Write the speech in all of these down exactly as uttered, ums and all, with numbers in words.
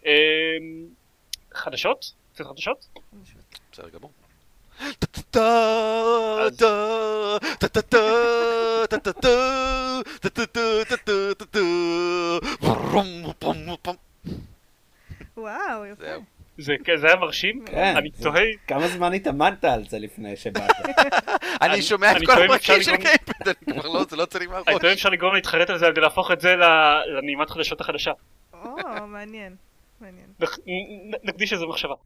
חדשות? קצת חדשות? בסדר גמור. וואו, יפה. זה היה מרשים? אני תוהה... כמה זמן התאמנת על זה לפני שבאת? אני שומע את כל הפרקים של גיימפד, אני כבר לא, זה לא יוצא לי מהראש. אני תוהה אפשר לגרום להתחרט על זה כדי להפוך את זה לנעימת חדשות החדשה. או, מעניין, מעניין. נקדיש איזה מחשבה.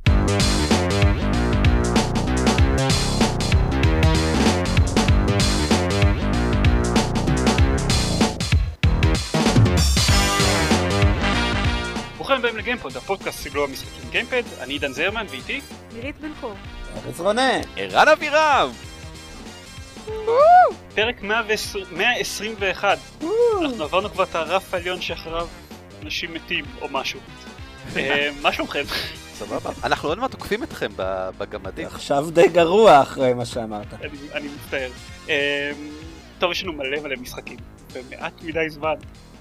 ברוכים הבאים לגיימפוד, הפודקאסט סגלו המשחקים גיימפד. אני עידן זרמן ואיתי מירית בן חור, ארץ רונן, ערן אבירם. פרק מאה עשרים ואחת. אנחנו עברנו כבר את הרף העליון שאחריו אנשים מתים או משהו. מה שלומכם? סבבה. אנחנו עוד מעט תוקפים אתכם בגמדים. עכשיו די גרוע אחרי מה שאמרת. אני מצטער. טוב, יש לנו מלא מלא משחקים ומעט מדי זמן.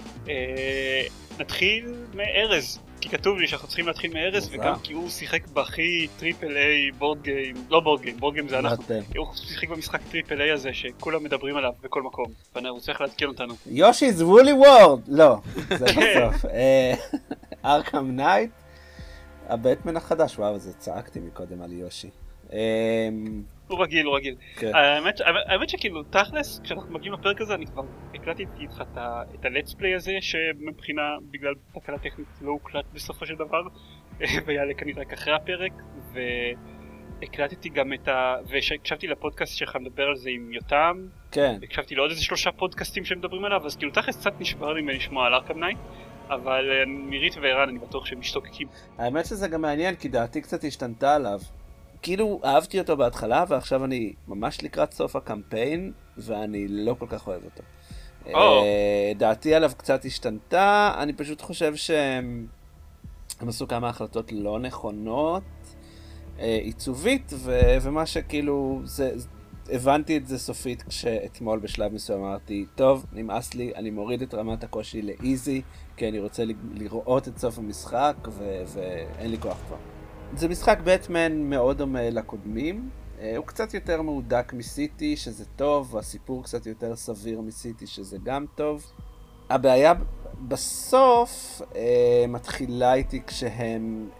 נתחיל מארז, כי כתוב לי שאנחנו צריכים להתחיל מארז, וגם כי הוא שיחק בהכי טריפל איי בורד גיים, לא בורד גיים, בורד גיים זה אנחנו, הוא שיחק במשחק טריפל איי הזה שכולם מדברים עליו בכל מקום, והוא צריך לעדכן אותנו. יושי's Woolly World, לא, זה בסוף. ארכם נייט, הבטמן החדש, וואו, זה צעקתי מקודם על יושי. הוא רגיל, הוא רגיל. האמת שכאילו, תכלס, כשאנחנו מגיעים לפרק הזה, אני כבר הקלטתי איתך את הלטס פליי הזה, שמבחינה, בגלל תקלה טכנית, לא הוקלט בסופו של דבר, ויעלה כנראה רק אחרי הפרק, והקלטתי גם את ה... והקשבתי לפודקאסט שלך מדבר על זה עם יותם, כן. הקשבתי לעוד איזה שלושה פודקאסטים שמדברים עליו, אז כאילו, תכלס קצת נשבר לי מלשמוע על ארכם נייט, אבל מירית וערן, אני בטוח שהם משתוקקים. האמת שזה גם מעניין, כי דעתי קצת השתנתה עליו. כאילו אהבתי אותו בהתחלה, ועכשיו אני ממש לקראת סוף הקמפיין, ואני לא כל כך אוהב אותו. Oh. דעתי עליו קצת השתנתה, אני פשוט חושב שהם עשו כמה החלטות לא נכונות, עיצובית, ו- ומה שכאילו, זה, הבנתי את זה סופית כשאתמול בשלב מסוים אמרתי, טוב, נמאס לי, אני מוריד את רמת הקושי לאיזי, כי אני רוצה לראות את סוף המשחק, ו- ואין לי כוח כבר. זה משחק בטמן מאוד דומה לקודמים, הוא קצת יותר מהודק מסיטי שזה טוב, והסיפור קצת יותר סביר מסיטי שזה גם טוב. הבעיה בסוף מתחילה איתי כשהם,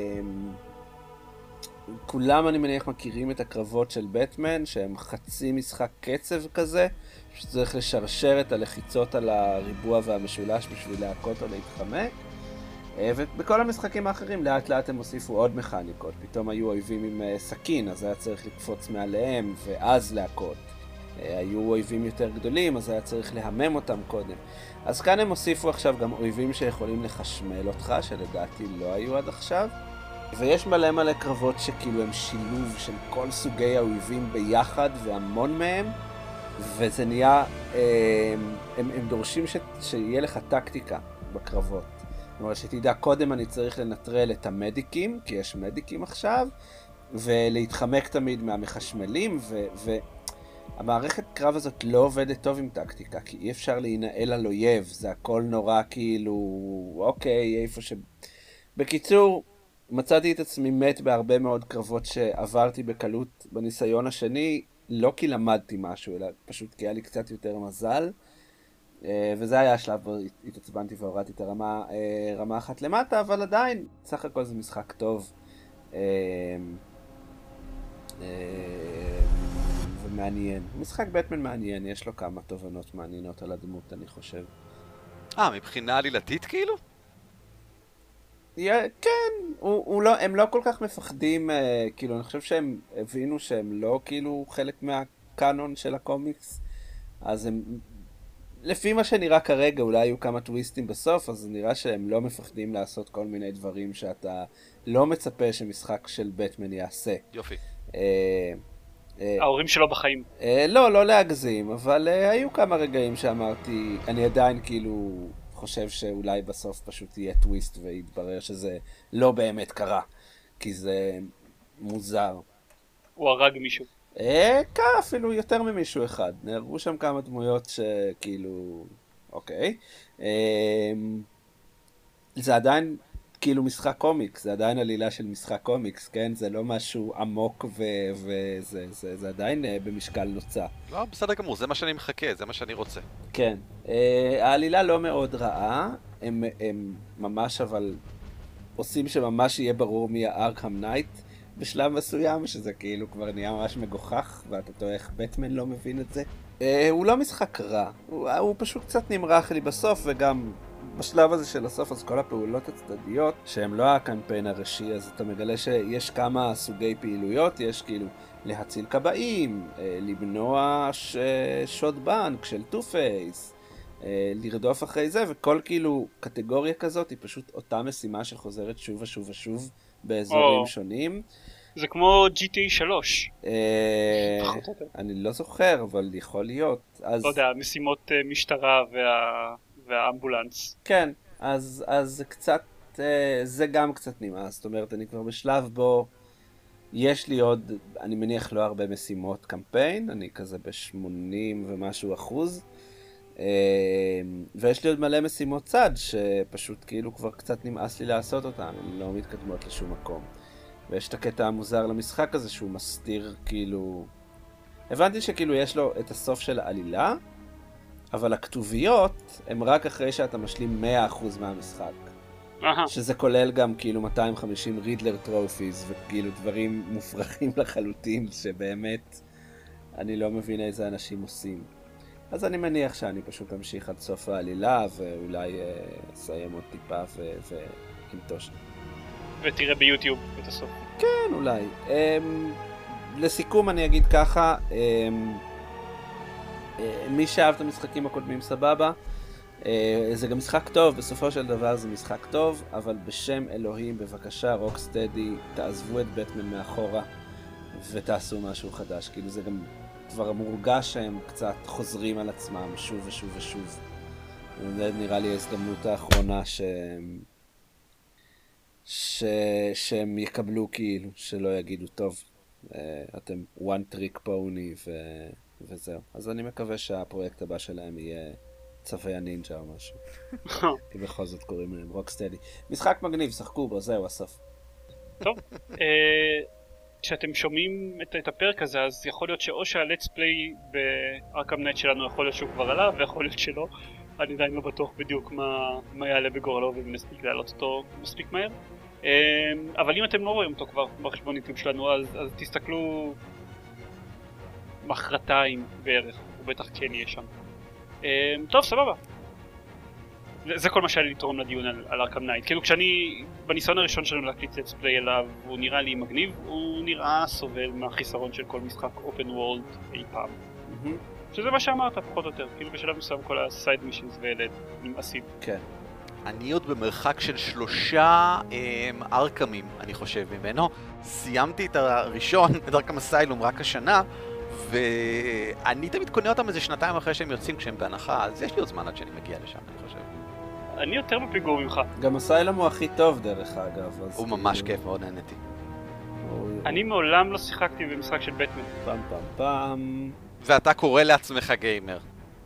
כולם אני מניח מכירים את הקרבות של בטמן, שהם חצי משחק קצב כזה, שצריך לשרשר את הלחיצות על הריבוע והמשולש בשביל להכות או להתחמק. ובכל המשחקים האחרים לאט לאט הם הוסיפו עוד מכניקות, פתאום היו אויבים עם סכין, אז היה צריך לקפוץ מעליהם ואז להכות. היו אויבים יותר גדולים, אז היה צריך להמם אותם קודם. אז כאן הם הוסיפו עכשיו גם אויבים שיכולים לחשמל אותך, שלדעתי לא היו עד עכשיו. ויש מלא מלא קרבות שכאילו הם שילוב של כל סוגי האויבים ביחד והמון מהם, וזה נהיה, הם, הם, הם דורשים ש, שיהיה לך טקטיקה בקרבות. זאת אומרת שתדע, קודם אני צריך לנטרל את המדיקים, כי יש מדיקים עכשיו, ולהתחמק תמיד מהמחשמלים, והמערכת קרב הזאת לא עובדת טוב עם טקטיקה, כי אי אפשר להינעל על אויב, זה הכל נורא כאילו, אוקיי, איפה ש... בקיצור, מצאתי את עצמי מת בהרבה מאוד קרבות שעברתי בקלות בניסיון השני, לא כי למדתי משהו, אלא פשוט כי היה לי קצת יותר מזל, וזה היה השלב בו התעצבנתי והורדתי את הרמה, רמה אחת למטה, אבל עדיין, סך הכל זה משחק טוב ומעניין. משחק בטמן מעניין, יש לו כמה תובנות מעניינות על הדמות, אני חושב. אה, מבחינה עלילתית כאילו? כן, הוא, הוא לא, הם לא כל כך מפחדים, כאילו, אני חושב שהם הבינו שהם לא כאילו חלק מהקאנון של הקומיקס, אז הם... לפי מה שנראה כרגע, אולי היו כמה טוויסטים בסוף, אז נראה שהם לא מפחדים לעשות כל מיני דברים שאתה לא מצפה שמשחק של בטמן יעשה. יופי. ההורים שלו בחיים. לא, לא להגזים, אבל היו כמה רגעים שאמרתי, אני עדיין כאילו חושב שאולי בסוף פשוט יהיה טוויסט ויתברר שזה לא באמת קרה, כי זה מוזר. הוא הרג מישהו. אה, כן, אפילו יותר ממישהו אחד. נהרגו שם כמה דמויות שכאילו, אוקיי. אה, זה עדיין כאילו משחק קומיקס, זה עדיין עלילה של משחק קומיקס, כן? זה לא משהו עמוק וזה, זה, זה עדיין במשקל נוצה. לא, בסדר גמור, זה מה שאני מחכה, זה מה שאני רוצה. כן. העלילה לא מאוד רעה, הם, הם ממש אבל עושים שממש יהיה ברור מי הארקהאם נייט בשלב מסוים, שזה כאילו כבר נהיה ממש מגוחך, ואתה טועה איך בטמן לא מבין את זה. הוא לא משחק רע, הוא, הוא פשוט קצת נמרח לי בסוף, וגם בשלב הזה של הסוף, אז כל הפעולות הצדדיות, שהן לא הקמפיין הראשי, אז אתה מגלה שיש כמה סוגי פעילויות, יש כאילו להציל קבעים, למנוע ש... שוד בנק של טו פייס, לרדוף אחרי זה, וכל כאילו קטגוריה כזאת היא פשוט אותה משימה שחוזרת שוב ושוב ושוב באזורים או. שונים. זה כמו ג'י טי איי שלוש. אני לא זוכר, אבל יכול להיות. אז... לא יודע, משימות משטרה וה... והאמבולנס. כן, אז, אז זה קצת, זה גם קצת נמאס. זאת אומרת, אני כבר בשלב בו יש לי עוד, אני מניח לא הרבה משימות קמפיין, אני כזה ב-שמונים ומשהו אחוז. ויש לי עוד מלא משימות צד שפשוט כאילו כבר קצת נמאס לי לעשות אותן, הן לא מתקדמות לשום מקום. ויש את הקטע המוזר למשחק הזה שהוא מסתיר כאילו... הבנתי שכאילו יש לו את הסוף של העלילה, אבל הכתוביות הם רק אחרי שאתה משלים מאה אחוז מהמשחק. שזה כולל גם כאילו מאתיים וחמישים רידלר טרופיז וכאילו דברים מופרכים לחלוטין שבאמת אני לא מבין איזה אנשים עושים. אז אני מניח שאני פשוט אמשיך עד סוף העלילה ואולי אה, אסיים עוד טיפה וכמתוש. ותראה ביוטיוב את הסוף. כן, אולי. אמ, לסיכום אני אגיד ככה, אמ, מי שאהב את המשחקים הקודמים סבבה, זה גם משחק טוב, בסופו של דבר זה משחק טוב, אבל בשם אלוהים בבקשה רוקסטדי תעזבו את בטמן מאחורה ותעשו משהו חדש, כאילו זה גם כבר מורגש שהם קצת חוזרים על עצמם שוב ושוב ושוב. זה נראה לי ההזדמנות האחרונה שהם, ש... שהם יקבלו כאילו, שלא יגידו טוב, אתם one trick pony ו... וזהו. אז אני מקווה שהפרויקט הבא שלהם יהיה צווי הנינג'ה או משהו. כי בכל זאת קוראים להם רוקסטדי. משחק מגניב, שחקו בו, זהו, הסוף. טוב, כשאתם שומעים את הפרק הזה, אז יכול להיות שאו שהלטס פליי בארקהאם נייט שלנו יכול להיות שהוא כבר עלה, ויכול להיות שלא. אני עדיין לא בטוח בדיוק מה יעלה בגורלו, ואם נספיק להעלות אותו מספיק מהר. אבל אם אתם לא רואים אותו כבר בחשבון יוטיוב שלנו, אז תסתכלו מחרתיים בערך, הוא בטח כן יהיה שם. טוב, סבבה. זה כל מה שהיה לי לתרום לדיון על, על ארקהאם נייט. כאילו כשאני, בניסיון הראשון שלנו להקליט let's play אליו, הוא נראה לי מגניב, הוא נראה סובל מהחיסרון של כל משחק open world אי פעם. Mm-hmm. שזה מה שאמרת, פחות או יותר. כאילו בשלב מסוים כל הסייד מישנס ואלה נמאסים. כן. אני עוד במרחק של שלושה ארקהאמים, אני חושב, ממנו. סיימתי את הראשון, את ארקהאם אסיילום, רק השנה, ואני תמיד קונה אותם איזה שנתיים אחרי שהם יוצאים כשהם בהנחה, אז יש לי עוד זמן עד שאני מגיע לשם, אני חושב. אני יותר בפיגור ממך. גם אסיילום הוא הכי טוב דרך אגב. הוא ממש כיף, מאוד נהניתי. אני מעולם לא שיחקתי במשחק של בטמן. פעם פעם פעם. ואתה קורא לעצמך גיימר.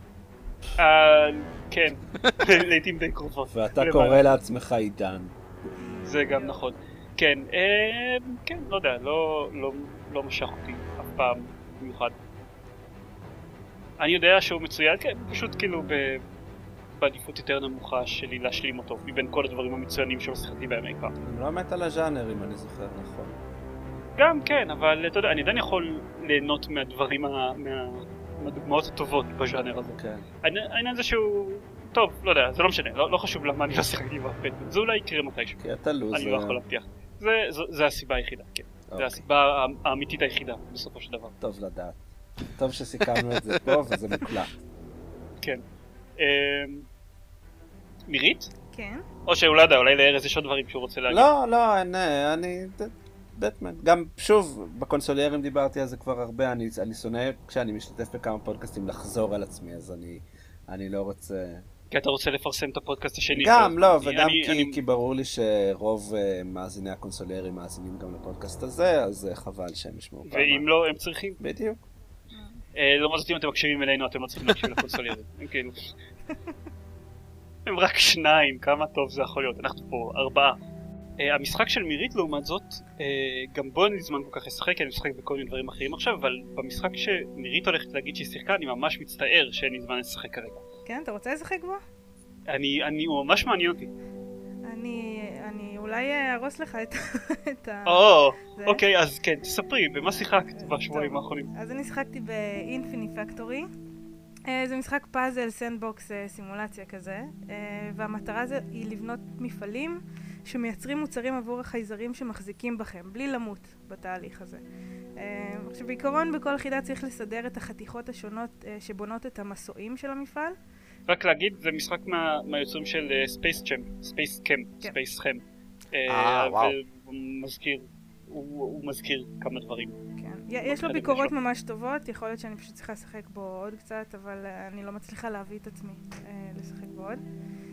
כן, לעתים די קרובות. ואתה קורא לעצמך עידן. זה גם נכון. כן, כן, לא יודע, לא משך אותי אף פעם במיוחד. אני יודע שהוא מצוין, כן, פשוט כאילו בעדיפות יותר נמוכה שלי להשלים אותו, מבין כל הדברים המצוינים ששיחקתי בהם אי פעם. אני לא מת על הז'אנר, אם אני זוכר נכון. גם כן, אבל אתה יודע, אני עדיין יכול ליהנות מהדברים, מהדוגמאות הטובות בז'אנר הזה. כן. העניין זה שהוא, טוב, לא יודע, זה לא משנה, לא חשוב למה אני לא שיחקתי בבטמן, זה אולי יקרה מתישהו. כי אתה לוזר. אני לא יכול להבטיח. זה הסיבה היחידה, כן. זה הסיבה האמיתית היחידה, בסופו של דבר. טוב לדעת. טוב שסיכמנו את זה פה, וזה מוקלט. כן. מירית? כן. או שאולי יודע, אולי לארז יש עוד דברים שהוא רוצה להגיד. לא, לא, אני... בטמן. גם, שוב, בקונסוליירים דיברתי על זה כבר הרבה, אני שונא כשאני משתתף בכמה פודקאסטים לחזור על עצמי, אז אני לא רוצה... כי אתה רוצה לפרסם את הפודקאסט השני. גם, לא, וגם כי ברור לי שרוב מאזיני הקונסוליירים מאזינים גם לפודקאסט הזה, אז חבל שהם ישמעו פעם. ואם לא, הם צריכים. בדיוק. לא מזאת אם אתם מקשיבים אלינו, אתם לא צריכים להקשיב לקונסוליירים. הם כאילו... הם רק שניים, כמה טוב זה יכול להיות. אנחנו פה ארבעה. המשחק של מירית לעומת זאת, גם בו אין לי זמן כל כך לשחק, כי אני משחק בכל מיני דברים אחרים עכשיו, אבל במשחק שמירית הולכת להגיד שהיא שיחקה, אני ממש מצטער שאין לי זמן לשחק כרגע. כן, אתה רוצה לשחק בו? אני, אני, הוא ממש מעניין אותי. אני, אני אולי ארוס לך את, את ה... או, אוקיי, אז כן, תספרי, במה שיחקת בשבועיים האחרונים? אז אני שיחקתי באינפיני פקטורי. זה משחק פאזל, סנדבוקס, סימולציה כזה, והמטרה זה היא לבנות מפעלים שמייצרים מוצרים עבור החייזרים שמחזיקים בכם, בלי למות בתהליך הזה. עכשיו, בעיקרון בכל יחידה צריך לסדר את החתיכות השונות שבונות את המסועים של המפעל. רק להגיד, זה משחק מה, מהיוצרים של ספייס צ'ם, ספייס קם, ספייס חם. אה, וואו. הוא מזכיר, הוא, הוא מזכיר כמה דברים. כן. יש לו ביקורות ממש טובות, יכול להיות שאני פשוט צריכה לשחק בו עוד קצת, אבל אני לא מצליחה להביא את עצמי לשחק בו עוד.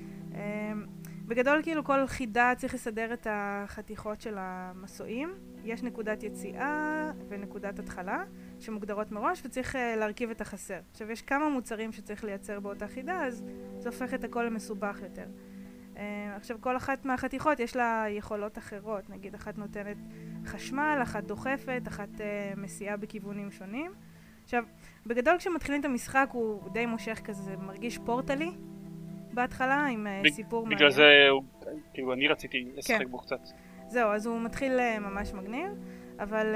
בגדול, כאילו, כל חידה צריך לסדר את החתיכות של המסועים. יש נקודת יציאה ונקודת התחלה שמוגדרות מראש, וצריך להרכיב את החסר. עכשיו, יש כמה מוצרים שצריך לייצר באותה חידה, אז זה הופך את הכל למסובך יותר. עכשיו, כל אחת מהחתיכות יש לה יכולות אחרות. נגיד, אחת נותנת חשמל, אחת דוחפת, אחת מסיעה בכיוונים שונים. עכשיו, בגדול, כשמתחילים את המשחק, הוא די מושך כזה, מרגיש פורטלי. בהתחלה עם ב- סיפור מעניין. בגלל זה, כאילו, אני רציתי לשחק כן. בו קצת. זהו, אז הוא מתחיל ממש מגניב, אבל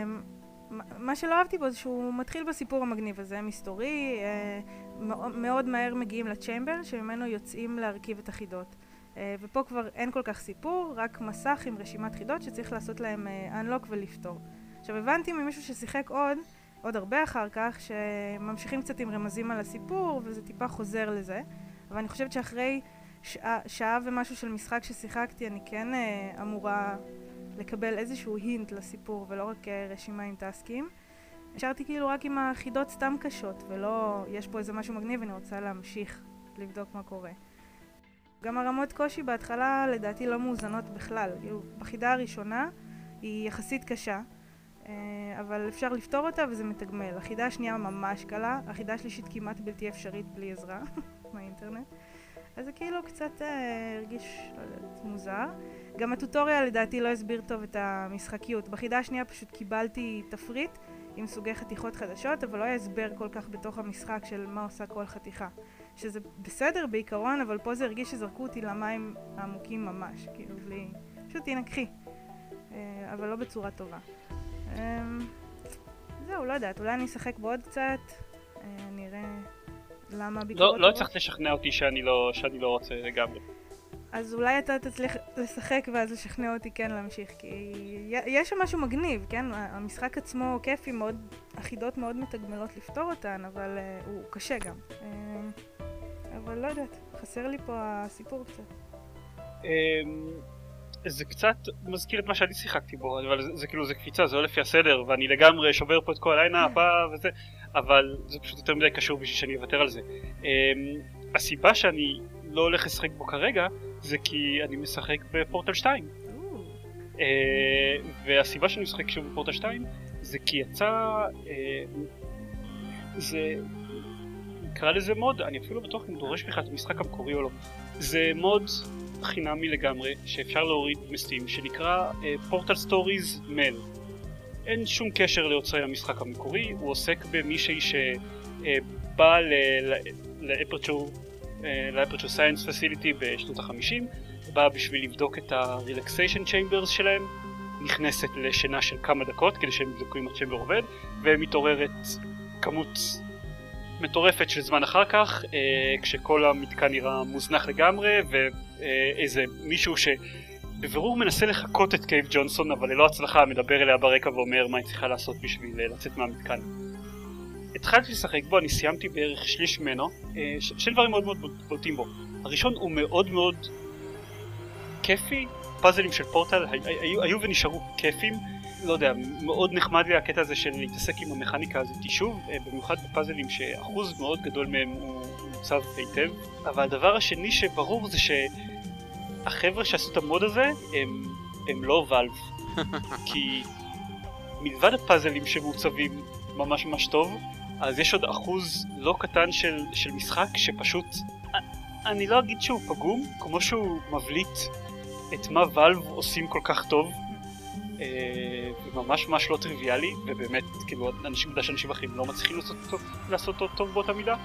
מה שלא אהבתי בו זה שהוא מתחיל בסיפור המגניב הזה, מסתורי, מאוד מהר מגיעים לצ'יימבר, שממנו יוצאים להרכיב את החידות. ופה כבר אין כל כך סיפור, רק מסך עם רשימת חידות שצריך לעשות להם unlock ולפתור. עכשיו, הבנתי ממישהו ששיחק עוד, עוד הרבה אחר כך, שממשיכים קצת עם רמזים על הסיפור, וזה טיפה חוזר לזה. אבל אני חושבת שאחרי שעה, שעה ומשהו של משחק ששיחקתי, אני כן אה, אמורה לקבל איזשהו הינט לסיפור, ולא רק אה, רשימה עם טסקים. נשארתי כאילו רק עם החידות סתם קשות, ולא, יש פה איזה משהו מגניב, ואני רוצה להמשיך לבדוק מה קורה. גם הרמות קושי בהתחלה לדעתי לא מאוזנות בכלל. כאילו, בחידה הראשונה היא יחסית קשה, אה, אבל אפשר לפתור אותה וזה מתגמל. החידה השנייה ממש קלה, החידה השלישית כמעט בלתי אפשרית בלי עזרה. מהאינטרנט. אז זה כאילו קצת אה, הרגיש, לא יודעת, מוזר. גם הטוטוריאל לדעתי לא הסביר טוב את המשחקיות. בחידה השנייה פשוט קיבלתי תפריט עם סוגי חתיכות חדשות, אבל לא היה הסבר כל כך בתוך המשחק של מה עושה כל חתיכה. שזה בסדר בעיקרון, אבל פה זה הרגיש שזרקו אותי למים העמוקים ממש, כאילו בלי... פשוט תנקחי. אה, אבל לא בצורה טובה. אה, זהו, לא יודעת, אולי אני אשחק בו עוד קצת, אה, נראה... למה ביקורות... לא, לא הצלחת לשכנע אותי שאני לא, שאני לא רוצה לגמרי. אז אולי אתה תצליח לשחק ואז לשכנע אותי כן להמשיך, כי יש שם משהו מגניב, כן? המשחק עצמו כיפי, מאוד, החידות מאוד מתגמלות לפתור אותן, אבל uh, הוא קשה גם. Uh, אבל לא יודעת, חסר לי פה הסיפור קצת. Um, זה קצת מזכיר את מה שאני שיחקתי בו, אבל זה, זה כאילו, זה קפיצה, זה לא לפי הסדר, ואני לגמרי שובר פה את כל הלינה הבאה וזה, אבל זה פשוט יותר מדי קשור בשביל שאני אוותר על זה. Um, הסיבה שאני לא הולך לשחק בו כרגע, זה כי אני משחק בפורטל שתיים. Uh, והסיבה שאני משחק שוב בפורטל שתיים, זה כי יצא, uh, זה, נקרא לזה מוד, אני אפילו לא בטוח אם דורש בכלל את המשחק המקורי או לא. זה מוד חינמי לגמרי, שאפשר להוריד בסטים, שנקרא פורטל סטוריז מל. אין שום קשר ליוצרי המשחק המקורי, הוא עוסק במישהי שבא לאפרצ'ור לאפרצ'ור סיינס פסיליטי בשנות החמישים, באה בשביל לבדוק את הרילקסיישן צ'יימברס שלהם, נכנסת לשינה של כמה דקות כדי שהם יבדקו אם הצ'יימבר עובד, ומתעוררת כמות מטורפת של זמן אחר כך, אה, כשכל המתקן נראה מוזנח לגמרי, ואיזה מישהו שבבירור מנסה לחקות את קייב ג'ונסון, אבל ללא הצלחה מדבר אליה ברקע ואומר מה היא צריכה לעשות בשביל לצאת מהמתקן. התחלתי לשחק בו, אני סיימתי בערך שליש ממנו, אה, ש- של דברים מאוד מאוד בולטים בו. הראשון הוא מאוד מאוד כיפי, פאזלים של פורטל היו, היו ונשארו כיפים, לא יודע, מאוד נחמד לי הקטע הזה של להתעסק עם המכניקה הזאת שוב, במיוחד בפאזלים שאחוז מאוד גדול מהם הוא מוצב היטב. אבל הדבר השני שברור זה שהחבר'ה שעשו את המוד הזה הם, הם לא ואלב. כי מלבד הפאזלים שמוצבים ממש ממש טוב, אז יש עוד אחוז לא קטן של, של משחק שפשוט, אני לא אגיד שהוא פגום, כמו שהוא מבליט את מה ואלב עושים כל כך טוב, וממש ממש לא טריוויאלי, ובאמת, כאילו, אנשים יודע שאנשים אחרים לא מצליחים לעשות טוב, לעשות טוב, טוב באותה מידה.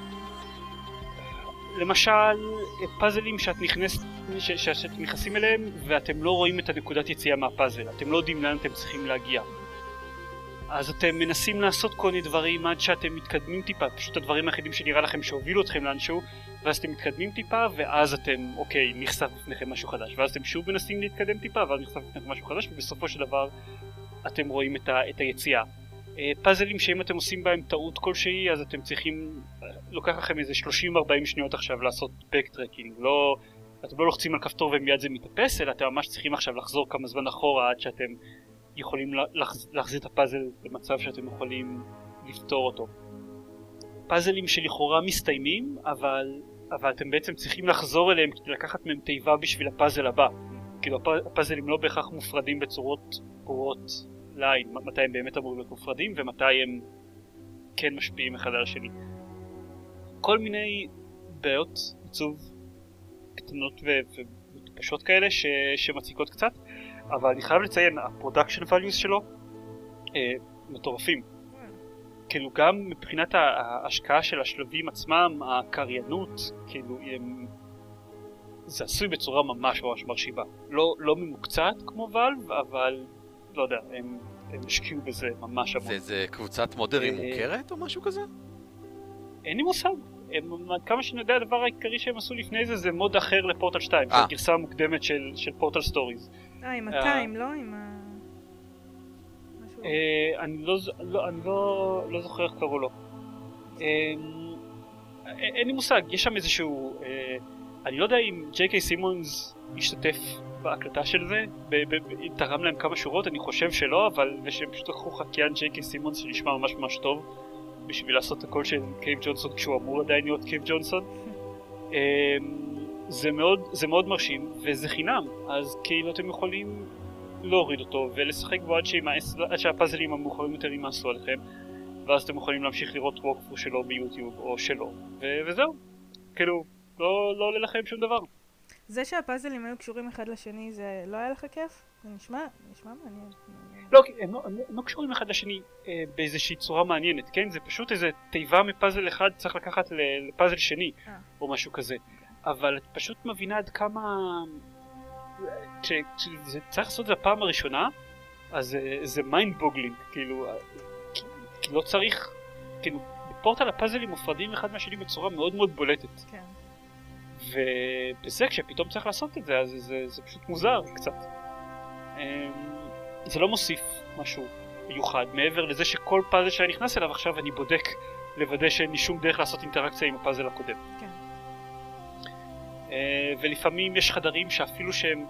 למשל, פאזלים שאת נכנסת, ש, ש, שאתם נכנסים אליהם, ואתם לא רואים את הנקודת יציאה מהפאזל, אתם לא יודעים לאן אתם צריכים להגיע. אז אתם מנסים לעשות כל מיני דברים עד שאתם מתקדמים טיפה, פשוט הדברים היחידים שנראה לכם שהובילו אתכם לאנשהו, ואז אתם מתקדמים טיפה, ואז אתם, אוקיי, נחשף לפניכם משהו חדש, ואז אתם שוב מנסים להתקדם טיפה, ואז נחשף לפניכם משהו חדש, ובסופו של דבר אתם רואים את, ה, את היציאה. פאזלים שאם אתם עושים בהם טעות כלשהי, אז אתם צריכים, לוקח לכם איזה שלושים ארבעים שניות עכשיו לעשות backtracking, לא, אתם לא לוחצים על כפתור ומיד זה מתאפס, אלא אתם ממש צריכים עכשיו לחזור כמה זמן אחורה עד שאתם יכולים להחזיר את הפאזל במצב שאתם יכולים לפתור אותו. פאזלים שלכאורה מסתיימים, אבל, אבל אתם בעצם צריכים לחזור אליהם כדי לקחת מהם תיבה בשביל הפאזל הבא. כאילו הפאזלים לא בהכרח מופרדים בצורות ברורות לעין, מתי הם באמת אמורים להיות מופרדים ומתי הם כן משפיעים אחד על השני. כל מיני בעיות עיצוב קטנות ומטופשות כאלה ש... שמציקות קצת, אבל אני חייב לציין, הפרודקשן values שלו אה, מטורפים. כאילו גם מבחינת ההשקעה של השלבים עצמם, הקריינות, כאילו הם... זה עשוי בצורה ממש ממש מרשיבה. לא, לא ממוקצת כמו ואלב, אבל לא יודע, הם, הם השקיעו בזה ממש המון. וזה קבוצת מודרים מוכרת או משהו כזה? אין לי מושג. הם, עד כמה שאני יודע, הדבר העיקרי שהם עשו לפני זה זה מוד אחר לפורטל שתיים, של גרסה מוקדמת של, של פורטל סטוריז. אה, עם הטיים, לא? עם ה... משהו... אני לא, לא, אני לא, לא זוכר איך קראו לו. אין לי מושג, יש שם איזשהו... אני לא יודע אם ג'יי קיי סימונס השתתף בהקלטה של זה, תרם להם כמה שורות, אני חושב שלא, אבל שהם פשוט לקחו חקיין ג'יי קיי סימונס שנשמע ממש ממש טוב, בשביל לעשות את הכל של קייב ג'ונסון כשהוא אמור עדיין להיות קייב ג'ונסון. זה מאוד, זה מאוד מרשים, וזה חינם, אז כאילו אתם יכולים להוריד אותו ולשחק בו עד, עד שהפאזלים המאוחרים יותר ימאסו עליכם, ואז אתם יכולים להמשיך לראות ווקפו שלו ביוטיוב או שלו, ו- וזהו. כאילו, לא, לא עולה לכם שום דבר. זה שהפאזלים היו קשורים אחד לשני, זה לא היה לך כיף? זה נשמע, נשמע מעניין. לא, הם לא, הם לא קשורים אחד לשני אה, באיזושהי צורה מעניינת, כן? זה פשוט איזה תיבה מפאזל אחד צריך לקחת לפאזל שני, אה. או משהו כזה. אבל את פשוט מבינה עד כמה... כשזה צריך לעשות את זה הפעם הראשונה, אז זה, זה מיינד בוגלינג, כאילו... כי, כי לא צריך... כאילו, בפורטל הפאזלים מופרדים אחד מהשני בצורה מאוד מאוד בולטת. כן. ובזה כשפתאום צריך לעשות את זה, אז זה, זה, זה פשוט מוזר קצת. זה לא מוסיף משהו מיוחד, מעבר לזה שכל פאזל שאני נכנס אליו עכשיו אני בודק לוודא שאין לי שום דרך לעשות אינטראקציה עם הפאזל הקודם. כן. ולפעמים יש חדרים שאפילו שהם,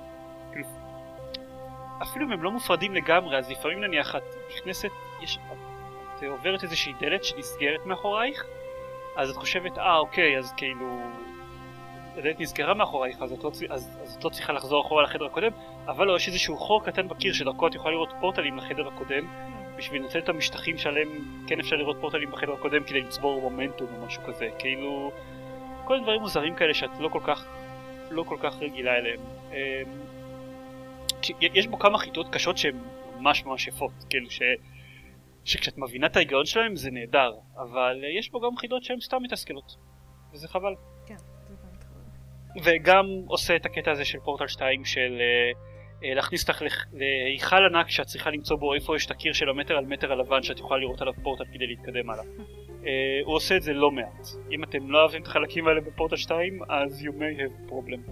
אפילו אם הם לא מופרדים לגמרי, אז לפעמים נניח את נכנסת, יש, את עוברת איזושהי דלת שנסגרת מאחורייך, אז את חושבת, אה אוקיי, אז כאילו... הדלת נסגרה מאחורייך, אז את, לא, אז, אז את לא צריכה לחזור אחורה לחדר הקודם, אבל לא, יש איזשהו חור קטן בקיר שדרכו את יכולה לראות פורטלים לחדר הקודם, בשביל לנצל את המשטחים שעליהם כן אפשר לראות פורטלים בחדר הקודם כדי לצבור מומנטום או משהו כזה, כאילו כל דברים מוזרים כאלה שאת לא כל כך, לא כל כך רגילה אליהם. יש בו כמה חיטות קשות שהן ממש ממש יפות, כאילו ש... שכשאת מבינה את ההיגיון שלהם זה נהדר, אבל יש בו גם חידות שהן סתם מתסכלות, וזה חבל. כן. וגם עושה את הקטע הזה של פורטל שתיים של uh, להכניס אותך להיכל ענק שאת צריכה למצוא בו איפה יש את הקיר של המטר על מטר הלבן שאת יכולה לראות עליו פורטל כדי להתקדם עליו. uh, הוא עושה את זה לא מעט. אם אתם לא אוהבים את החלקים האלה בפורטל שתיים, אז you may have problem.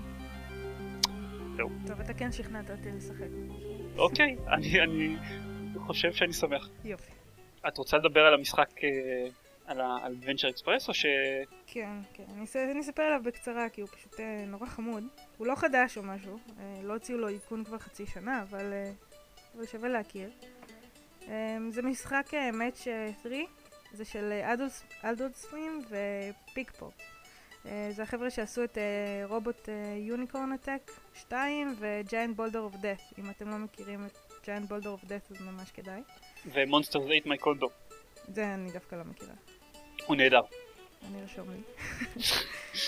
זהו. טוב, אתה כן שכנעת אותי לשחק. אוקיי, אני, אני חושב שאני שמח. יופי. את רוצה לדבר על המשחק... Uh, על ה-Adventure Express או ש... כן, כן. אני אספר עליו בקצרה כי הוא פשוט נורא חמוד. הוא לא חדש או משהו. לא הוציאו לו עדכון כבר חצי שנה, אבל שווה להכיר. זה משחק Match שלוש, זה של Adult Swim ופיק פופ. זה החבר'ה שעשו את רובוט יוניקורן אטק שתיים ו-Giant Boulder of Death. אם אתם לא מכירים את Giant Boulder of Death אז ממש כדאי. ו-Monsters ate my condo. זה אני דווקא לא מכירה. הוא נהדר. אני רשום לי.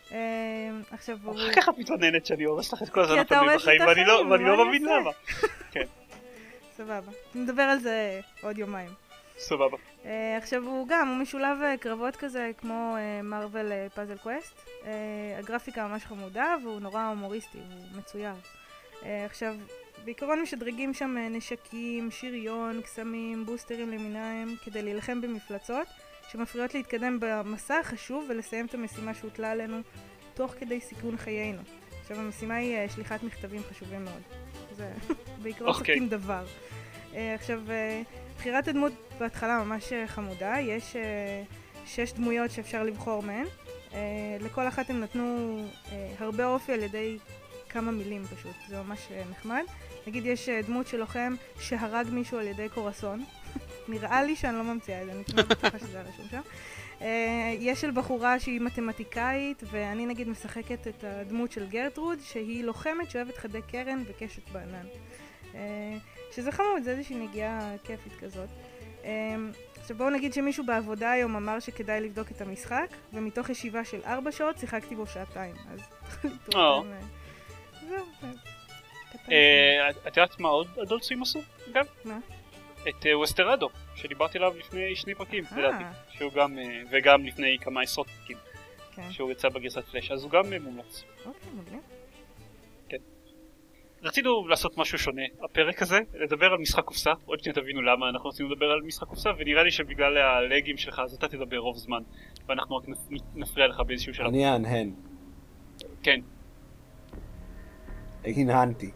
עכשיו הוא... אחר כך את מתעוננת שאני הורס לך את כל הזמן כי אתה הפעמים הורס בחיים, את ואני לא- החיים, ואני מה לא אני מבין אעשה? למה. כן, סבבה. נדבר על זה עוד יומיים. סבבה. אה, עכשיו הוא גם, הוא משולב אה, קרבות כזה כמו מרוול פאזל קווסט. הגרפיקה ממש חמודה והוא נורא הומוריסטי, הוא מצויר. אה, עכשיו, בעיקרון משדרגים שם אה, נשקים, שריון, קסמים, בוסטרים למיניהם כדי להילחם במפלצות שמפריעות להתקדם במסע החשוב ולסיים את המשימה שהוטלה עלינו תוך כדי סיכון חיינו. עכשיו המשימה היא אה, שליחת מכתבים חשובים מאוד. זה בעיקרון אוקיי. שחקים דבר. אה, עכשיו, אה, בחירת הדמות בהתחלה ממש אה, חמודה, יש אה, שש דמויות שאפשר לבחור מהן. אה, לכל אחת הם נתנו אה, הרבה אופי על ידי כמה מילים פשוט, זה ממש אה, נחמד. נגיד יש אה, דמות של לוחם שהרג מישהו על ידי קורסון. נראה לי שאני לא ממציאה את זה, אני כמעט בטוחה שזה רשום שם. אה, יש של בחורה שהיא מתמטיקאית, ואני נגיד משחקת את הדמות של גרטרוד, שהיא לוחמת שאוהבת חדי קרן וקשת בענן. אה, שזה חמוד, זה איזושהי נגיעה כיפית כזאת. אה, עכשיו בואו נגיד שמישהו בעבודה היום אמר שכדאי לבדוק את המשחק, ומתוך ישיבה של ארבע שעות שיחקתי בו שעתיים, אז תחליטו או. אתם... אה, זהו, אה, קטן. אה, את יודעת מה עוד אדולט סווים עשו? אגב? מה? את אה, ווסטרדו, שדיברתי עליו לפני שני פרקים, אה. לדעתי. שהוא גם, אה, וגם לפני כמה עשרות פרקים, כן, שהוא יצא בגרסת פלאש, אז הוא גם אה, מומלץ. אוקיי, מגניב. רצינו לעשות משהו שונה, הפרק הזה, לדבר על משחק קופסה, עוד שניה תבינו למה אנחנו רוצים לדבר על משחק קופסה, ונראה לי שבגלל הלגים שלך אז אתה תדבר רוב זמן, ואנחנו רק נפ- נפריע לך באיזשהו שלב. אני אהנהן. כן. הנהנתי.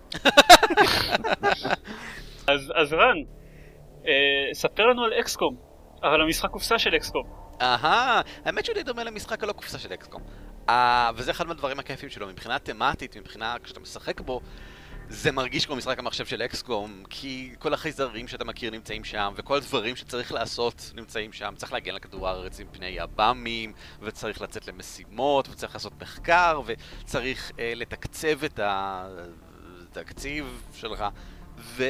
אז, אז רן, אה, ספר לנו על אקסקום, אבל המשחק קופסה של אקסקום. אהה, האמת שהוא די דומה למשחק הלא קופסה של אקסקום. אה, וזה אחד מהדברים הכיפים שלו, מבחינה תמטית, מבחינה כשאתה משחק בו, זה מרגיש כמו משחק המחשב של אקסקום, כי כל החייזרים שאתה מכיר נמצאים שם, וכל הדברים שצריך לעשות נמצאים שם. צריך להגן על כדור הארץ מפני הבאמים, וצריך לצאת למשימות, וצריך לעשות מחקר, וצריך אה, לתקצב את התקציב שלך, ו...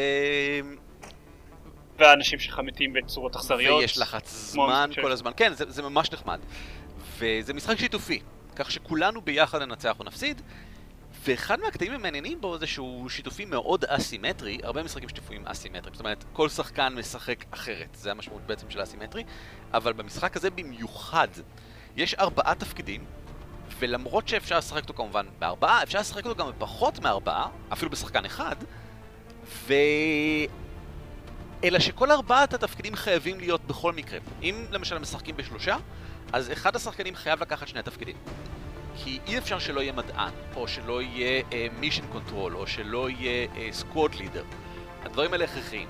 והאנשים שלך מתים בצורות אכזריות. ויש לחץ זמן כל הזמן. כן, זה, זה ממש נחמד. וזה משחק שיתופי, כך שכולנו ביחד ננצח או נפסיד. ואחד מהקטעים המעניינים בו זה שהוא שיתופי מאוד אסימטרי. הרבה משחקים שיתופיים אסימטריים, זאת אומרת, כל שחקן משחק אחרת. זה המשמעות בעצם של האסימטרי. אבל במשחק הזה במיוחד יש ארבעה תפקידים, ולמרות שאפשר לשחק אותו כמובן בארבעה, אפשר לשחק אותו גם בפחות מארבעה, אפילו בשחקן אחד. ו... אלא שכל ארבעת התפקידים חייבים להיות בכל מקרה. אם למשל משחקים בשלושה, אז אחד השחקנים חייב לקחת שני תפקידים. כי אי אפשר שלא יהיה מדען, או שלא יהיה מישן קונטרול, או שלא יהיה סקוואד לידר. הדברים האלה הכרחיים.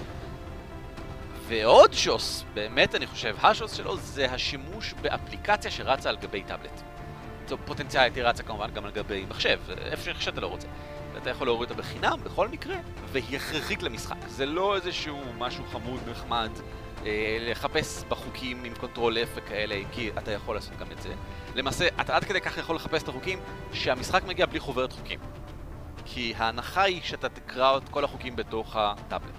ועוד שוס, באמת אני חושב, השוס שלו זה השימוש באפליקציה שרצה על גבי טאבלט. זו פוטנציאלית היא רצה כמובן גם על גבי מחשב, איפה שאתה לא רוצה. ואתה יכול להוריד אותה בחינם, בכל מקרה, והיא הכרחית למשחק. זה לא איזשהו משהו חמוד, נחמד, אה, לחפש בחוקים עם קונטרול F וכאלה, כי אתה יכול לעשות גם את זה. למעשה, אתה עד כדי כך יכול לחפש את החוקים, שהמשחק מגיע בלי חוברת חוקים. כי ההנחה היא שאתה תקרא את כל החוקים בתוך הטאבלט.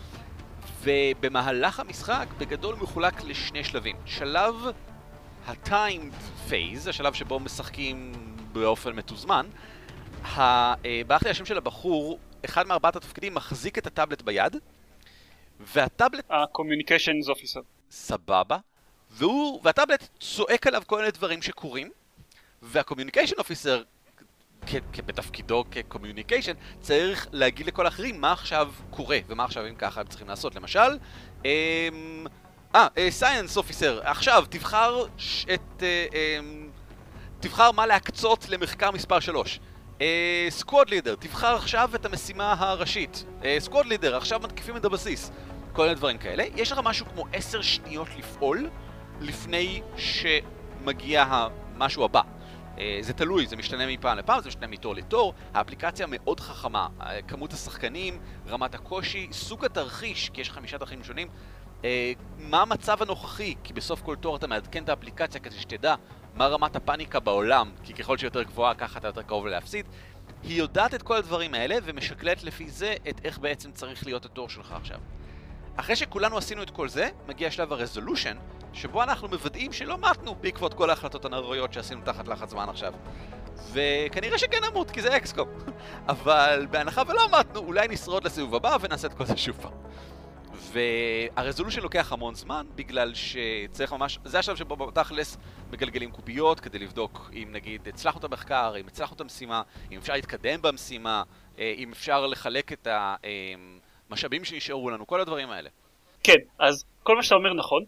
ובמהלך המשחק, בגדול מחולק לשני שלבים. שלב ה-timed phase, השלב שבו משחקים באופן מתוזמן, ברח לי השם של הבחור, אחד מארבעת התפקידים מחזיק את הטאבלט ביד, והטאבלט... ה-communications officer. סבבה. והוא, והטאבלט צועק עליו כל מיני דברים שקורים, וה-communication officer, בתפקידו כ-communication, צריך להגיד לכל האחרים מה עכשיו קורה, ומה עכשיו אם ככה הם צריכים לעשות. למשל, אה, science officer, עכשיו תבחר את... תבחר מה להקצות למחקר מספר שלוש. סקוואד לידר, תבחר עכשיו את המשימה הראשית. סקוואד לידר, עכשיו מתקיפים את הבסיס. כל מיני דברים כאלה. יש לך משהו כמו עשר שניות לפעול לפני שמגיע המשהו הבא. זה תלוי, זה משתנה מפעם לפעם, זה משתנה מתור לתור. האפליקציה מאוד חכמה. כמות השחקנים, רמת הקושי, סוג התרחיש, כי יש חמישה תרחישים שונים. מה המצב הנוכחי, כי בסוף כל תור אתה מעדכן את האפליקציה כדי שתדע מה רמת הפאניקה בעולם, כי ככל שיותר גבוהה ככה אתה יותר קרוב להפסיד. היא יודעת את כל הדברים האלה ומשקלת לפי זה את איך בעצם צריך להיות התור שלך עכשיו. אחרי שכולנו עשינו את כל זה, מגיע שלב הרזולושן, שבו אנחנו מוודאים שלא מתנו בעקבות כל ההחלטות הנוראיות שעשינו תחת לחץ זמן עכשיו. וכנראה שכן נמות, כי זה אקסקום. אבל בהנחה ולא מתנו, אולי נשרוד לסיבוב הבא ונעשה את כל זה שוב פעם. והרזולושן לוקח המון זמן, בגלל שצריך ממש, זה השלב שבו בתכלס מגלגלים קוביות כדי לבדוק אם נגיד הצלחנו את המחקר, אם הצלחנו את המשימה, אם אפשר להתקדם במשימה, אם אפשר לחלק את המשאבים שנשארו לנו, כל הדברים האלה. כן, אז כל מה שאתה אומר נכון.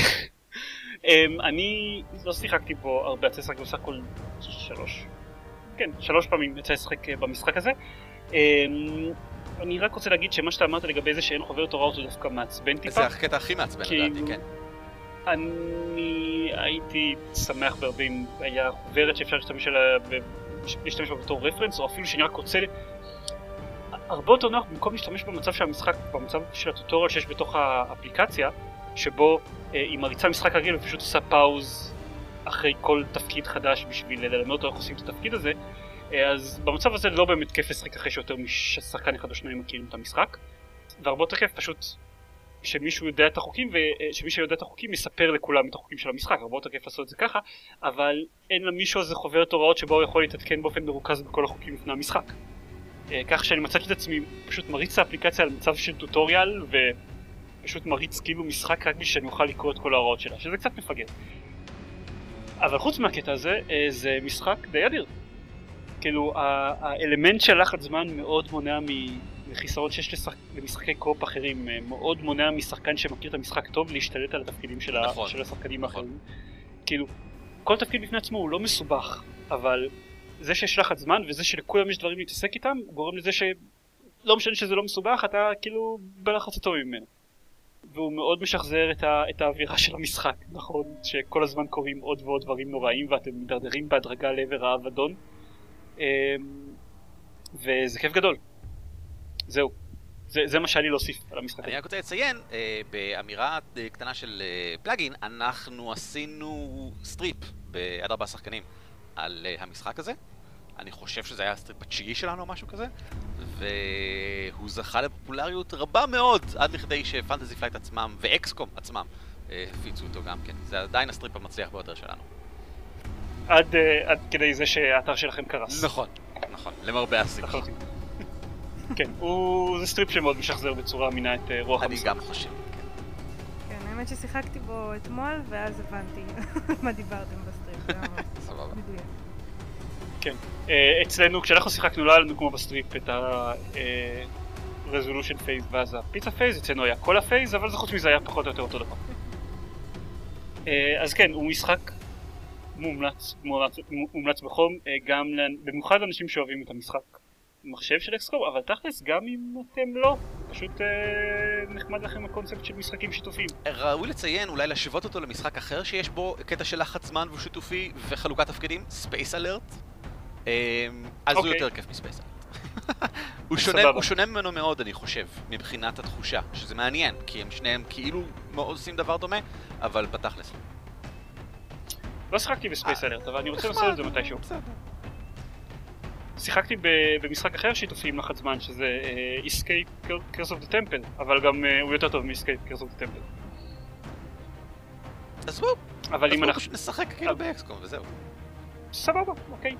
אני לא שיחקתי בו הרבה, יצא לשחק בסך הכל שלוש. כן, שלוש פעמים יצא לשחק במשחק הזה. אני רק רוצה להגיד שמה שאתה אמרת לגבי זה שאין חוברת הוראות הוא דווקא מעצבן טיפה. זה הקטע הכי מעצבן לדעתי, כן. אני הייתי שמח בהרבה אם היה חוברת שאפשר להשתמש בה בתור רפרנס, או אפילו שאני רק רוצה הרבה יותר נוח במקום להשתמש במצב של המשחק, במצב של הטוטוריאל שיש בתוך האפליקציה, שבו היא מריצה משחק רגיל ופשוט עושה פאוז אחרי כל תפקיד חדש בשביל ללמד אותו איך עושים את התפקיד הזה. אז במצב הזה לא באמת כיף לשחק אחרי שיותר משחקן אחד או שניים מכירים את המשחק, והרבה יותר כיף פשוט שמישהו יודע את החוקים, ושמי שיודע את החוקים יספר לכולם את החוקים של המשחק. הרבה יותר כיף לעשות את זה ככה, אבל אין למישהו הזה חוברת הוראות שבו הוא יכול להתעדכן באופן מרוכז בכל החוקים לפני המשחק. כך שאני מצאתי את עצמי פשוט מריץ את האפליקציה על מצב של טוטוריאל, ופשוט מריץ כאילו משחק רק בשביל שאני אוכל לקרוא את כל ההוראות שלה, שזה קצת מפגר. אבל חוץ מהקטע הזה, זה משחק די אדיר. כאילו, האלמנט של לחץ זמן מאוד מונע מחיסרון שיש לשחק, למשחקי קופ אחרים, מאוד מונע משחקן שמכיר את המשחק טוב להשתלט על התפקידים של, נכון, של השחקנים נכון. האחרים. כאילו, כל תפקיד בפני עצמו הוא לא מסובך, אבל זה שיש לחץ זמן וזה שלכולם יש דברים להתעסק איתם, גורם לזה שלא משנה שזה לא מסובך, אתה כאילו בלחץ הטוב ממנו. והוא מאוד משחזר את, ה, את האווירה של המשחק, נכון? שכל הזמן קוראים עוד ועוד דברים נוראים ואתם מדרדרים בהדרגה לעבר האבדון. וזה כיף גדול. זהו. זה, זה מה שהיה לי להוסיף על המשחק. אני רק רוצה לציין, באמירה קטנה של פלאגין, אנחנו עשינו סטריפ בעד ארבעה שחקנים על המשחק הזה. אני חושב שזה היה הסטריפ התשיעי שלנו או משהו כזה, והוא זכה לפופולריות רבה מאוד, עד לכדי שפנטזי פלייט עצמם ואקסקום עצמם הפיצו אותו גם כן. זה עדיין הסטריפ המצליח ביותר שלנו. עד, עד כדי זה שהאתר שלכם קרס. נכון, נכון, למרבה הסיבה. כן, הוא... זה סטריפ שמאוד משחזר בצורה מינה את רוח המשחק. אני גם חושב, כן. כן, האמת ששיחקתי בו אתמול, ואז הבנתי מה דיברתם בסטריפ. סבבה. כן, אצלנו, כשאנחנו שיחקנו לא היה לנו כמו בסטריפ את ה-resolution phase ואז הפיצה phase, אצלנו היה כל הפייז, אבל זה חוץ מזה היה פחות או יותר אותו דבר. אז כן, הוא משחק מומלץ, מומלץ, מומלץ בחום, גם במיוחד אנשים שאוהבים את המשחק מחשב של אקסקום, אבל תכלס גם אם אתם לא, פשוט אה, נחמד לכם הקונספט של משחקים שיתופיים. ראוי לציין, אולי להשוות אותו למשחק אחר שיש בו קטע של לחץ זמן והוא שיתופי וחלוקת תפקידים, ספייס אלרט. אה, אז okay. הוא יותר כיף מספייס אלרט. הוא, הוא שונה ממנו מאוד, אני חושב, מבחינת התחושה, שזה מעניין, כי הם שניהם כאילו מאוד עושים דבר דומה, אבל בתכלס. לא שחקתי בספייס אלרט, אבל אני רוצה לעשות את זה מתישהו. שיחקתי במשחק אחר שיתופי עם לחץ זמן, שזה Escape Curse of the Temple, אבל גם הוא יותר טוב מ-Escape Curse of the Temple. אז בואו, אז בואו פשוט נשחק כאילו באקסקום וזהו. סבבה, אוקיי.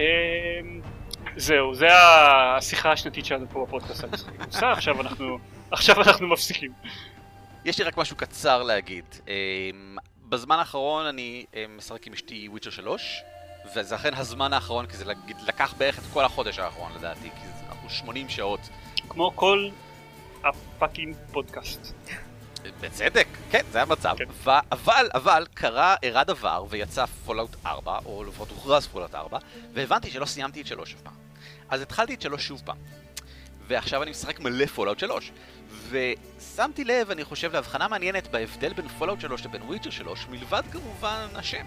זהו, זה השיחה השנתית שלנו פה בפודקאסט על משחקים. עכשיו אנחנו מפסיקים. יש לי רק משהו קצר להגיד. בזמן האחרון אני משחק עם אשתי וויצ'ר שלוש, וזה אכן הזמן האחרון, כי זה לקח בערך את כל החודש האחרון לדעתי, כי אנחנו שמונים שעות. כמו כל הפאקינג פודקאסט. בצדק, כן, זה המצב. כן. אבל, אבל, קרה, אירע דבר, ויצא פולאוט ארבע, או לפחות הוכרז פולאוט ארבע, והבנתי שלא סיימתי את שלוש שוב פעם. אז התחלתי את שלוש שוב פעם. ועכשיו אני משחק מלא פולאוט שלוש. ושמתי לב, אני חושב, להבחנה מעניינת בהבדל בין פולאוט שלוש לבין וויצ'ר שלוש, מלבד כמובן השם.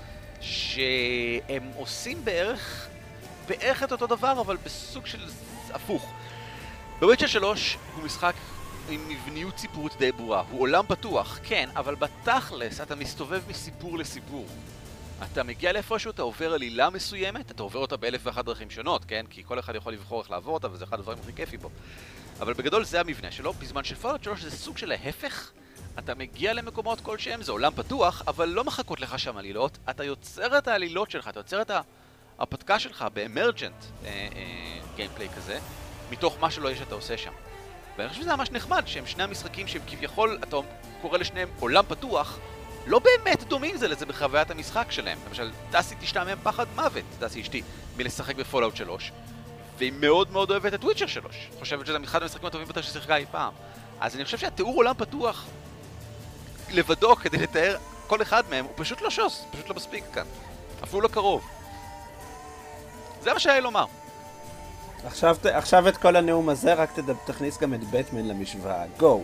שהם עושים בערך, בערך את אותו דבר, אבל בסוג של הפוך. בוויצ'ר שלוש הוא משחק עם מבניות סיפורית די ברורה. הוא עולם פתוח, כן, אבל בתכלס אתה מסתובב מסיפור לסיפור. אתה מגיע לאיפשהו, אתה עובר עלילה מסוימת, אתה עובר אותה באלף ואחת דרכים שונות, כן? כי כל אחד יכול לבחור איך לעבור אותה, וזה אחד הדברים הכי כיפי פה. אבל בגדול זה המבנה שלו, בזמן שפולאוט שלוש זה סוג של ההפך. אתה מגיע למקומות כלשהם, זה עולם פתוח, אבל לא מחכות לך שם עלילות. אתה יוצר את העלילות שלך, אתה יוצר את ההרפתקה שלך באמרג'נט גיימפליי כזה, מתוך מה שלא יש שאתה עושה שם. ואני חושב שזה ממש נחמד, שהם שני המשחקים שהם כביכול, אתה קורא לשניהם עולם פתוח, לא באמת דומים זה לזה בחוויית המשחק שלהם. למשל, דסי תשתעמם פחד מוות, דסי אשתי, מלשחק בפולאאוט שלוש, והיא מאוד מאוד אוהבת את וויצ'ר שלוש. חושבת שזה אחד המשחקים הטובים ביותר ששיחקה אי פעם. אז אני חושב שהתיאור עולם פתוח לבדו כדי לתאר כל אחד מהם הוא פשוט לא שוס, פשוט לא מספיק כאן. אפילו לא קרוב. זה מה שהיה לומר. עכשיו, עכשיו את כל הנאום הזה, רק תכניס גם את בטמן למשוואה. גו!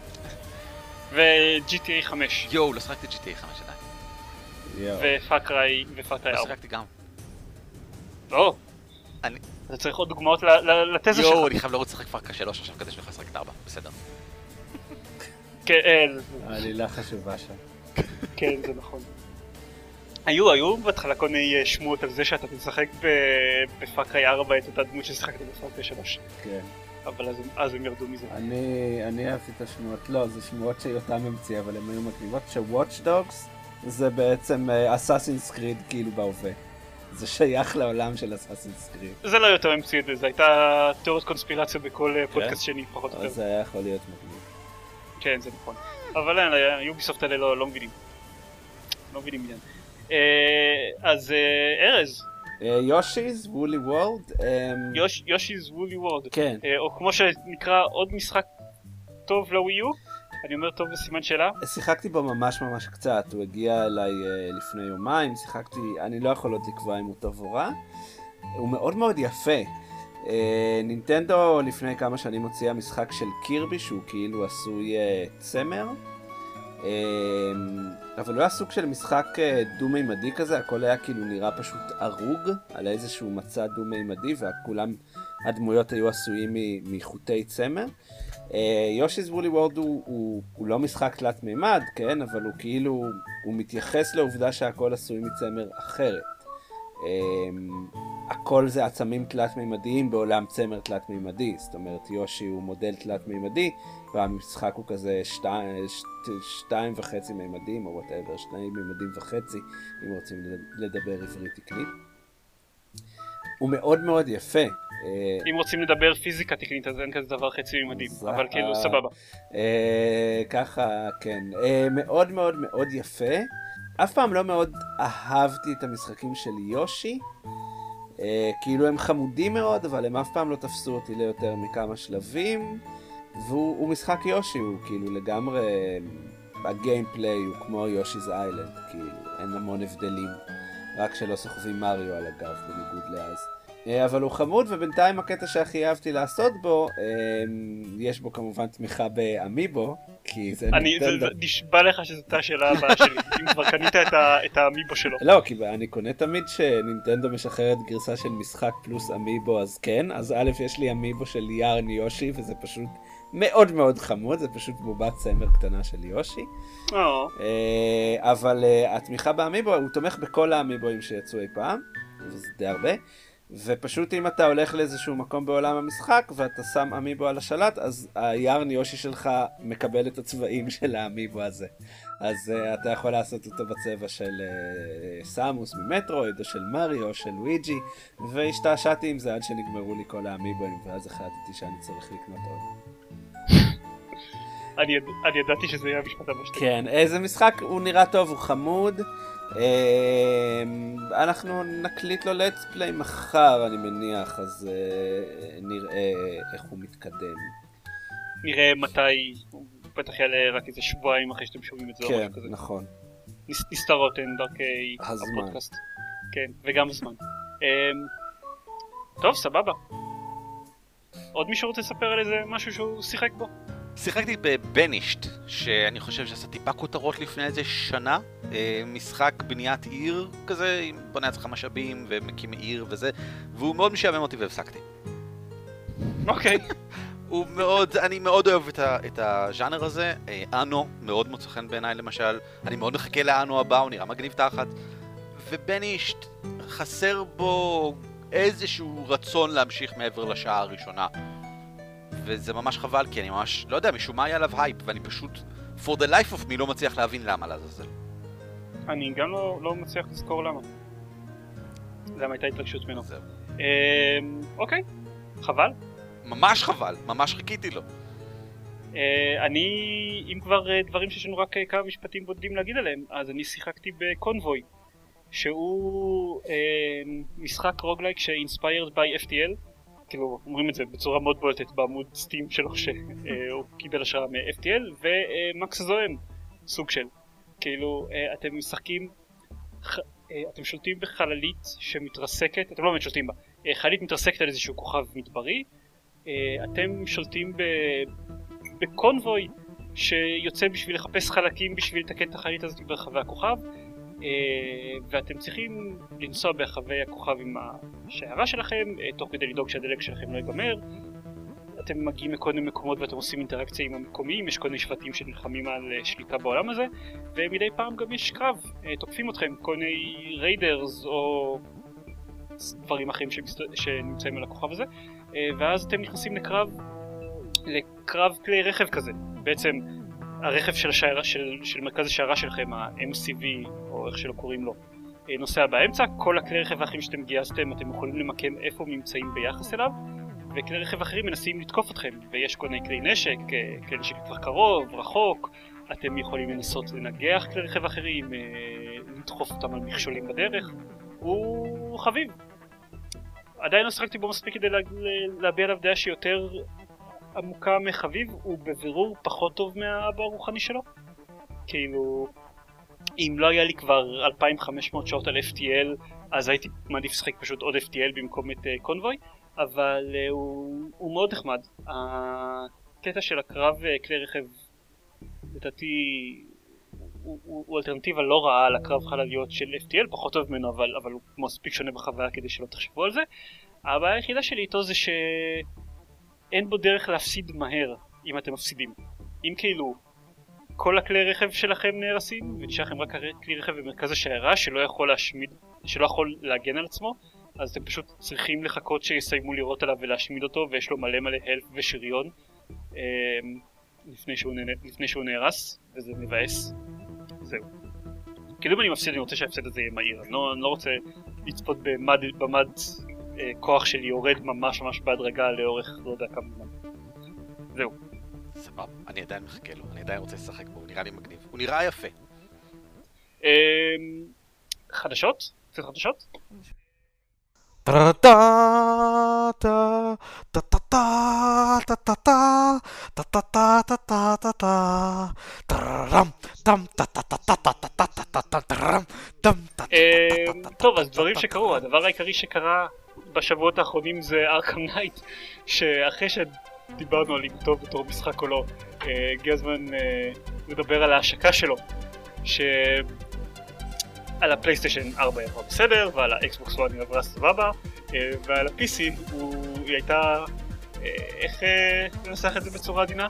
ו-ג'י טי איי חמש. יואו, לא שחקתי ג'י טי איי חמש עדיין. ופאקריי ופאקריי לא ארבע. שחקתי גם. לא. אני... אתה צריך עוד דוגמאות לתזה שלך. יואו, אני חייב לרוץ לשחק פארקה שלוש עכשיו כדי שאני לשחק את ארבע. בסדר. כן, העלילה חשובה שם. כן, זה נכון. היו, היו בהתחלה כל מיני שמועות על זה שאתה משחק בפאקריי ארבע את אותה דמות ששחקת בפאקריי שלוש. כן. אבל אז הם ירדו מזה. אני אהבתי את השמועות, לא, זה שמועות שיותם המציא, אבל הן היו מגניבות, ש-Watch Dogs זה בעצם Assassin's Creed כאילו בהווה. זה שייך לעולם של Assassin's Creed. זה לא יותר המציא את זה, זה הייתה תיאוריות קונספירציה בכל פודקאסט שני, פחות או יותר. אז זה היה יכול להיות מגניב. כן, זה נכון. אבל אין, יוביסופט האלה לא מבינים. לא מבינים עניין. אז ארז. יושי's Woolly World. יושי's Woolly World. כן. או כמו שנקרא עוד משחק טוב לווי יו. אני אומר טוב בסימן שאלה. שיחקתי בו ממש ממש קצת, הוא הגיע אליי לפני יומיים, שיחקתי, אני לא יכול עוד לקבוע אם הוא טוב או רע. הוא מאוד מאוד יפה. נינטנדו לפני כמה שנים הוציאה משחק של קירבי שהוא כאילו עשוי צמר. אבל הוא היה סוג של משחק דו-מימדי כזה, הכל היה כאילו נראה פשוט ארוג על איזשהו מצע דו-מימדי וכולם הדמויות היו עשויים מחוטי צמר. יושי's Woolly World הוא, הוא, הוא לא משחק תלת מימד, כן? אבל הוא כאילו, הוא מתייחס לעובדה שהכל עשוי מצמר אחרת. הכל זה עצמים תלת מימדיים בעולם צמר תלת מימדי, זאת אומרת יושי הוא מודל תלת מימדי והמשחק הוא כזה שתיים, שתיים וחצי מימדים או whatever, שני מימדים וחצי אם רוצים לדבר עברית תקנית. הוא מאוד מאוד יפה. אם רוצים לדבר פיזיקה תקנית אז אין כזה דבר חצי מימדים, אבל כאילו סבבה. ככה כן, מאוד מאוד מאוד יפה. אף פעם לא מאוד אהבתי את המשחקים של יושי, כאילו הם חמודים מאוד אבל הם אף פעם לא תפסו אותי ליותר מכמה שלבים, והוא משחק יושי, הוא כאילו לגמרי, הגיימפליי הוא כמו יושי's Island, כאילו אין המון הבדלים, רק שלא סוחבים מריו על הגב בניגוד לאז. אבל הוא חמוד, ובינתיים הקטע שהכי אהבתי לעשות בו, יש בו כמובן תמיכה באמיבו, כי זה נינטנדו. זה נשבע לך שזאת הייתה השאלה הבאה שלי, אם כבר קנית את האמיבו שלו. לא, כי אני קונה תמיד שנינטנדו משחררת גרסה של משחק פלוס אמיבו, אז כן, אז א' יש לי אמיבו של יארן יושי, וזה פשוט מאוד מאוד חמוד, זה פשוט בובת צמר קטנה של יושי. אבל התמיכה באמיבו, הוא תומך בכל האמיבוים שיצאו אי פעם, וזה די הרבה. ופשוט אם אתה הולך לאיזשהו מקום בעולם המשחק ואתה שם אמיבו על השלט, אז היארן יושי שלך מקבל את הצבעים של האמיבו הזה. אז uh, אתה יכול לעשות אותו בצבע של uh, סאמוס ממטרויד או של מריו או של לואיג'י, והשתעשעתי עם זה עד שנגמרו לי כל האמיבוים, ואז החלטתי שאני צריך לקנות עוד. אני, יד... אני ידעתי שזה יהיה המשפט הבא שלי. כן, איזה משחק, הוא נראה טוב, הוא חמוד. אנחנו נקליט לו let's play מחר אני מניח, אז נראה איך הוא מתקדם. נראה מתי, הוא בטח יעלה רק איזה שבועיים אחרי שאתם שומעים את זה. כן, נכון. נסתרות הן דרכי הפודקאסט. כן, וגם הזמן. טוב, סבבה. עוד מישהו רוצה לספר על איזה משהו שהוא שיחק בו? שיחקתי בבנישט, שאני חושב שעשה טיפה כותרות לפני איזה שנה, משחק בניית עיר כזה, בונה עצמך משאבים ומקים עיר וזה, והוא מאוד משעמם אותי והפסקתי. אוקיי. הוא מאוד, אני מאוד אוהב את, ה, את הז'אנר הזה, אנו מאוד מוצא חן בעיניי למשל, אני מאוד מחכה לאנו הבא, הוא נראה מגניב תחת, ובנישט חסר בו איזשהו רצון להמשיך מעבר לשעה הראשונה. וזה ממש חבל, כי אני ממש, לא יודע, משום מה היה עליו הייפ, ואני פשוט for the life of me לא מצליח להבין למה לעזאזל. אני גם לא, לא מצליח לזכור למה. למה הייתה התרגשות ממנו. זהו. אוקיי, חבל. ממש חבל, ממש חיכיתי לו. אני, אם כבר דברים שיש לנו רק כמה משפטים בודדים להגיד עליהם, אז אני שיחקתי בקונבוי, שהוא משחק רוגלייק ש-inspired by F T L, כאילו אומרים את זה בצורה מאוד בולטת בעמוד סטים שלו שהוא קיבל השראה מ-F T L, ומקס זוהם, סוג של. כאילו, אתם משחקים, אתם שולטים בחללית שמתרסקת, אתם לא באמת שולטים בה, חללית מתרסקת על איזשהו כוכב מדברי, אתם שולטים בקונבוי שיוצא בשביל לחפש חלקים בשביל לתקן את החללית הזאת ברחבי הכוכב, ואתם צריכים לנסוע ברחבי הכוכב עם השיירה שלכם, תוך כדי לדאוג שהדלק שלכם לא ייגמר. אתם מגיעים מכל מיני מקומות ואתם עושים אינטראקציה עם המקומיים, יש כל מיני שבטים שנלחמים על שליטה בעולם הזה, ומדי פעם גם יש קרב, תוקפים אתכם, כל מיני ריידרס או דברים אחרים שנמצאים על הכוכב הזה, ואז אתם נכנסים לקרב, לקרב כלי רכב כזה. בעצם הרכב של השיירה, של, של מרכז השיירה שלכם, ה-M C V או איך שלא קוראים לו, נוסע באמצע, כל הכלי רכב האחרים שאתם גייסתם אתם יכולים למקם איפה נמצאים ביחס אליו, וכלי רכב אחרים מנסים לתקוף אתכם, ויש כל מיני כלי נשק, כלי נשק כבר קרוב, רחוק, אתם יכולים לנסות לנגח כלי רכב אחרים, לדחוף אותם על מכשולים בדרך. הוא חביב. עדיין לא שחקתי בו מספיק כדי להביע עליו דעה שיותר עמוקה מחביב, הוא בבירור פחות טוב מהאבא הרוחני שלו. כאילו, אם לא היה לי כבר אלפיים וחמש מאות שעות על F T L, אז הייתי מעדיף לשחק פשוט עוד F T L במקום את קונבוי, אבל uh, הוא, הוא מאוד נחמד. הקטע של הקרב כלי רכב, לדעתי, הוא, הוא, הוא אלטרנטיבה לא רעה לקרב חלליות של F T L, פחות טוב ממנו, אבל, אבל הוא מספיק שונה בחוויה כדי שלא תחשבו על זה. הבעיה היחידה שלי איתו זה שאין בו דרך להפסיד מהר אם אתם מפסידים. אם כאילו כל הכלי רכב שלכם נהרסים ונשאר לכם רק כלי רכב במרכז השיירה שלא יכול להשמיד, שלא יכול להגן על עצמו, אז אתם פשוט צריכים לחכות שיסיימו לראות עליו ולהשמיד אותו, ויש לו מלא מלא הלף ושריון לפני שהוא, לפני שהוא נהרס, וזה מבאס. זהו. כאילו אם אני מפסיד, אני רוצה שההפסד הזה יהיה מהיר. אני לא, אני לא רוצה לצפות במד, במד אה, כוח שלי יורד ממש ממש בהדרגה לאורך לא יודע כמה זמן. זהו. סבב, אני עדיין מחכה לו, אני עדיין רוצה לשחק בו, הוא נראה לי מגניב. הוא נראה יפה. אה, חדשות? קצת חדשות? טוב, אז דברים שקרו, הדבר העיקרי שקרה בשבועות האחרונים זה ארכם נייט, שאחרי שדיברנו על אם טוב בתור משחק או לא, הגיע הזמן לדבר על ההשקה שלו, ש... על הפלייסטיישן ארבע יבוא בסדר, ועל האקסבוקס וואן היא עברה סבבה, ועל ה-P C היא הייתה... איך ננסח את זה בצורה עדינה?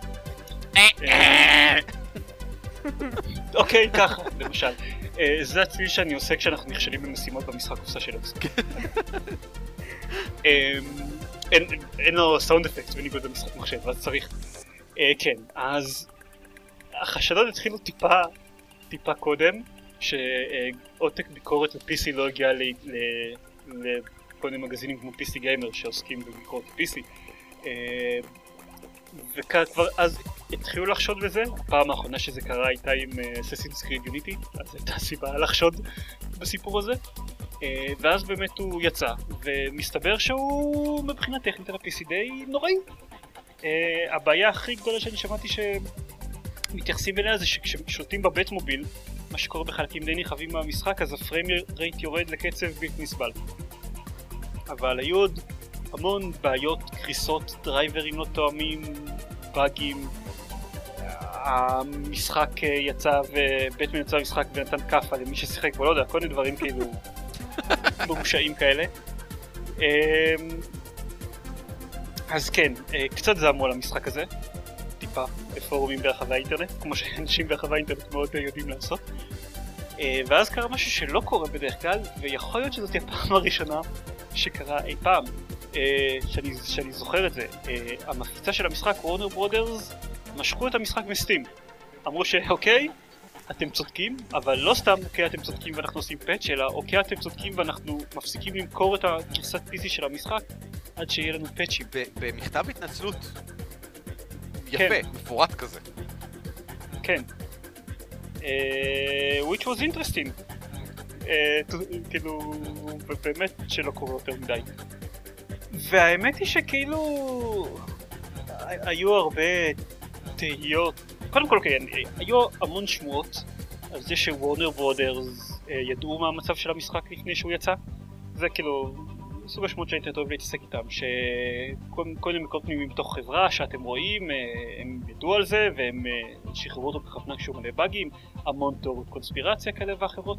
אוקיי, ככה, למשל. זה הצליל שאני עושה כשאנחנו נכשלים במשימות במשחק קופסה של אקסבוקס. אין לו סאונד אפקט בניגוד למשחק מחשב, אז צריך. כן, אז החשדות התחילו טיפה, טיפה קודם, שעותק ביקורת ל-P C לא הגיע לכל מיני מגזינים כמו P C Gamer שעוסקים בביקורת ל-P C, וכבר אז התחילו לחשוד בזה. הפעם האחרונה שזה קרה הייתה עם Assassin's Creed Unity, אז הייתה סיבה לחשוד בסיפור הזה, ואז באמת הוא יצא, ומסתבר שהוא מבחינה טכנית על ה-P C די נוראי. הבעיה הכי גדולה שאני שמעתי שמתייחסים אליה זה שכששולטים בבית מוביל, מה שקורה בחלקים די נרחבים מהמשחק, אז הפריים רייט יורד לקצב בלתי נסבל. אבל היו עוד המון בעיות, קריסות, דרייברים לא תואמים, באגים. המשחק יצא ובטמן יצא במשחק ונתן כפה למי ששיחק בו, לא יודע, כל מיני דברים כאילו מרושעים כאלה. אז כן, קצת זעמו על המשחק הזה, טיפה בפורומים ברחבי האינטרנט, כמו שאנשים ברחבי האינטרנט מאוד יודעים לעשות. ואז קרה משהו שלא קורה בדרך כלל, ויכול להיות שזאת הפעם הראשונה שקרה אי פעם, שאני, שאני זוכר את זה. המפיצה של המשחק, וורנר ברודרס, משכו את המשחק מסטים. אמרו שאוקיי, אתם צודקים, אבל לא סתם אוקיי אתם צודקים ואנחנו עושים פאץ' אלא אוקיי אתם צודקים ואנחנו מפסיקים למכור את הגרסת פי סי של המשחק עד שיהיה לנו פאצ'ים. במכתב התנצלות יפה, מפורט כזה. כן. which was interesting. כאילו, באמת שלא קורה יותר מדי. והאמת היא שכאילו היו הרבה תהיות. קודם כל, כן, היו המון שמועות על זה שוורנר ברודרס ידעו מה המצב של המשחק לפני שהוא יצא. זה כאילו סוג השמועות שהייתי טוב להתעסק איתם, שכל מיני מקורות פנימיים בתוך חברה שאתם רואים, הם ידעו על זה והם שחררו אותו בכוונה כשהוא מלא באגים, המון תיאוריות קונספירציה כאלה ואחרות.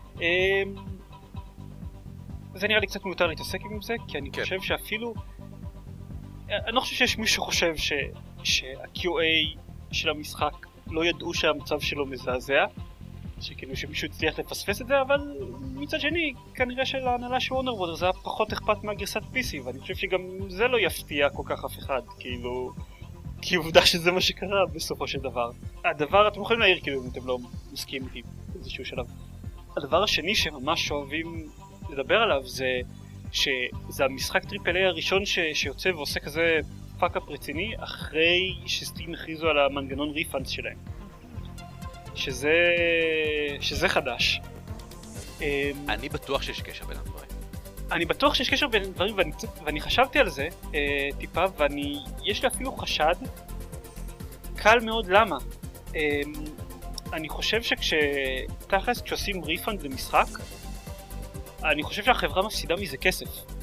זה נראה לי קצת מיותר להתעסק עם זה, כי אני חושב שאפילו אני לא חושב שיש מישהו חושב שה-קיו איי של המשחק לא ידעו שהמצב שלו מזעזע, שכאילו שמישהו הצליח לפספס את זה, אבל מצד שני כנראה שלהנהלה של וורנר ברודרס זה היה פחות אכפת מהגרסת פי סי, ואני חושב שגם זה לא יפתיע כל כך אף אחד, כאילו, כי עובדה שזה מה שקרה בסופו של דבר. הדבר, אתם יכולים להעיר כאילו אם אתם לא מסכים איתי באיזשהו שלב. הדבר השני שממש אוהבים לדבר עליו זה שזה המשחק טריפל איי הראשון ש... שיוצא ועושה כזה פאק-אפ רציני אחרי שסטים הכריזו על המנגנון ריפאנס שלהם, שזה שזה חדש. אני בטוח שיש קשר בין הדברים. אני בטוח שיש קשר בין הדברים ואני, ואני חשבתי על זה אה, טיפה, ואני יש לי אפילו חשד קל מאוד למה. אה, אני חושב שכשתכלס כשעושים ריפאנד למשחק, אני חושב שהחברה מפסידה מזה כסף,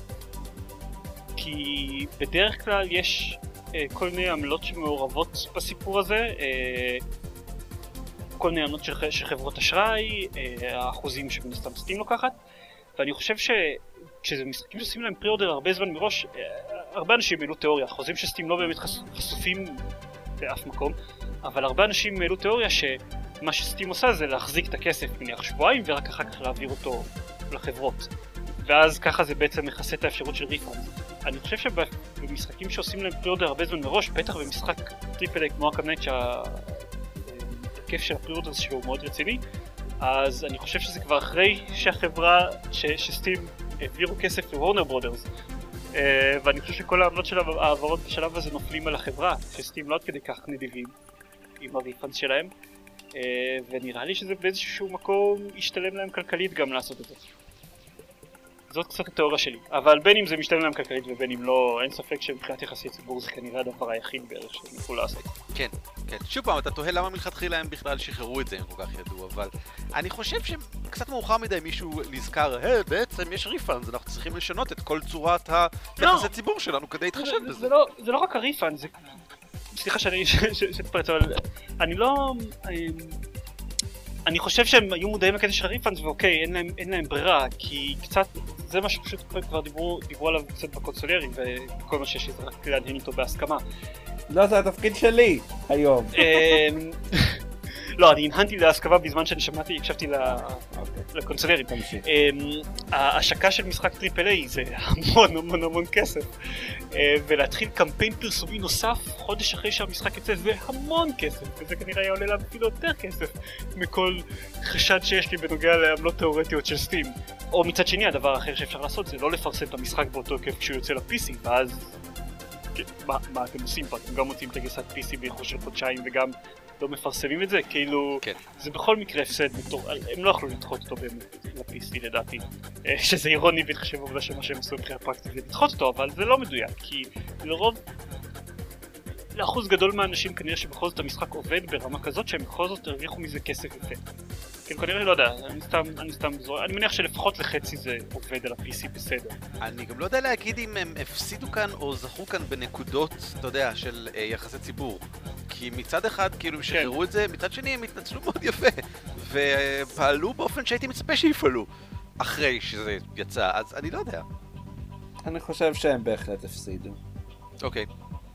כי בדרך כלל יש אה, כל מיני עמלות שמעורבות בסיפור הזה, אה, כל מיני עמלות של, של חברות אשראי, אה, האחוזים שמן הסתם סטים לוקחת, ואני חושב שכשזה משחקים שעושים להם פרי-אורדר הרבה זמן מראש, אה, הרבה אנשים העלו תיאוריה, החוזים של סטים לא באמת חש, חשופים באף מקום, אבל הרבה אנשים העלו תיאוריה שמה שסטים עושה זה להחזיק את הכסף מניח שבועיים ורק אחר כך להעביר אותו לחברות, ואז ככה זה בעצם מכסה את האפשרות של ריפאנד. אני חושב שבמשחקים שעושים להם פרי-אורדר הרבה זמן מראש, בטח במשחק טריפל איי כמו ארקם נייט שההיקף של הפרי-אורדר שלו הוא מאוד רציני, אז אני חושב שזה כבר אחרי שהחברה, ש- שסטים העבירו כסף לוורנר ברודרס, ואני חושב שכל העמלות של העברות בשלב הזה נופלים על החברה, שסטים לא עד כדי כך נדיבים עם הריפאנד שלהם, ונראה לי שזה באיזשהו מקום ישתלם להם כלכלית גם לעשות את זה. זאת קצת התיאוריה שלי, אבל בין אם זה משתלם להם כלכלית ובין אם לא, אין ספק שמבחינת יחסי ציבור זה כנראה הדבר היחיד בערך שהם יכולו לעשות. כן, כן. שוב פעם, אתה תוהה למה מלכתחילה הם בכלל שחררו את זה, הם כל כך ידעו, אבל אני חושב שקצת מאוחר מדי מישהו נזכר, היי, בעצם יש ריפאנד, אנחנו צריכים לשנות את כל צורת היחסי ציבור שלנו כדי להתחשב בזה. זה לא רק הריפאנד, זה... סליחה שאני שתפרץ, אבל אני לא... אני חושב שהם היו מודעים לקטע של הריפאנד, ואוקיי, אין להם, אין להם ברירה, כי קצת, זה מה שפשוט כבר דיברו, דיברו עליו קצת בקונסולרים, וכל מה שיש זה רק להנהן איתו בהסכמה. לא, זה התפקיד שלי היום. לא, אני הנהנתי להסכמה בזמן שאני שמעתי, הקשבתי לקונסולרים. ההשקה של משחק טריפל איי זה המון המון המון כסף, ולהתחיל קמפיין פרסומי נוסף חודש אחרי שהמשחק יצא זה המון כסף, וזה כנראה היה עולה להם אפילו יותר כסף מכל חשד שיש לי בנוגע לעמלות תיאורטיות של סטים. או מצד שני, הדבר האחר שאפשר לעשות זה לא לפרסם את המשחק באותו כיף כשהוא יוצא ל-פי סי, ואז מה, מה אתם עושים פה? אתם גם מוצאים את הגרסת פי סי באיחור של חודשיים וגם לא מפרסמים את זה, כאילו כן. זה בכל מקרה הפסד מטור, הם לא יכלו לדחות אותו ל-פי סי לדעתי, שזה אירוני בהתחשב בעובדה שמה שהם עשו מבחינה פרקטית זה לדחות אותו, אבל זה לא מדויק, כי לרוב, לאחוז גדול מהאנשים כנראה שבכל זאת המשחק עובד ברמה כזאת שהם בכל זאת הרוויחו מזה כסף יפה. כן, כנראה לא יודע, אני סתם, אני סתם זו, אני מניח שלפחות לחצי זה עובד על ה-פי סי בסדר. אני גם לא יודע להגיד אם הם הפסידו כאן או זכו כאן בנקודות, אתה יודע, של אה, יחסי ציבור. כי מצד אחד, כאילו, הם שחררו את זה, מצד שני הם התנצלו מאוד יפה, ופעלו באופן שהייתי מצפה שיפעלו אחרי שזה יצא, אז אני לא יודע. אני חושב שהם בהחלט הפסידו. אוקיי.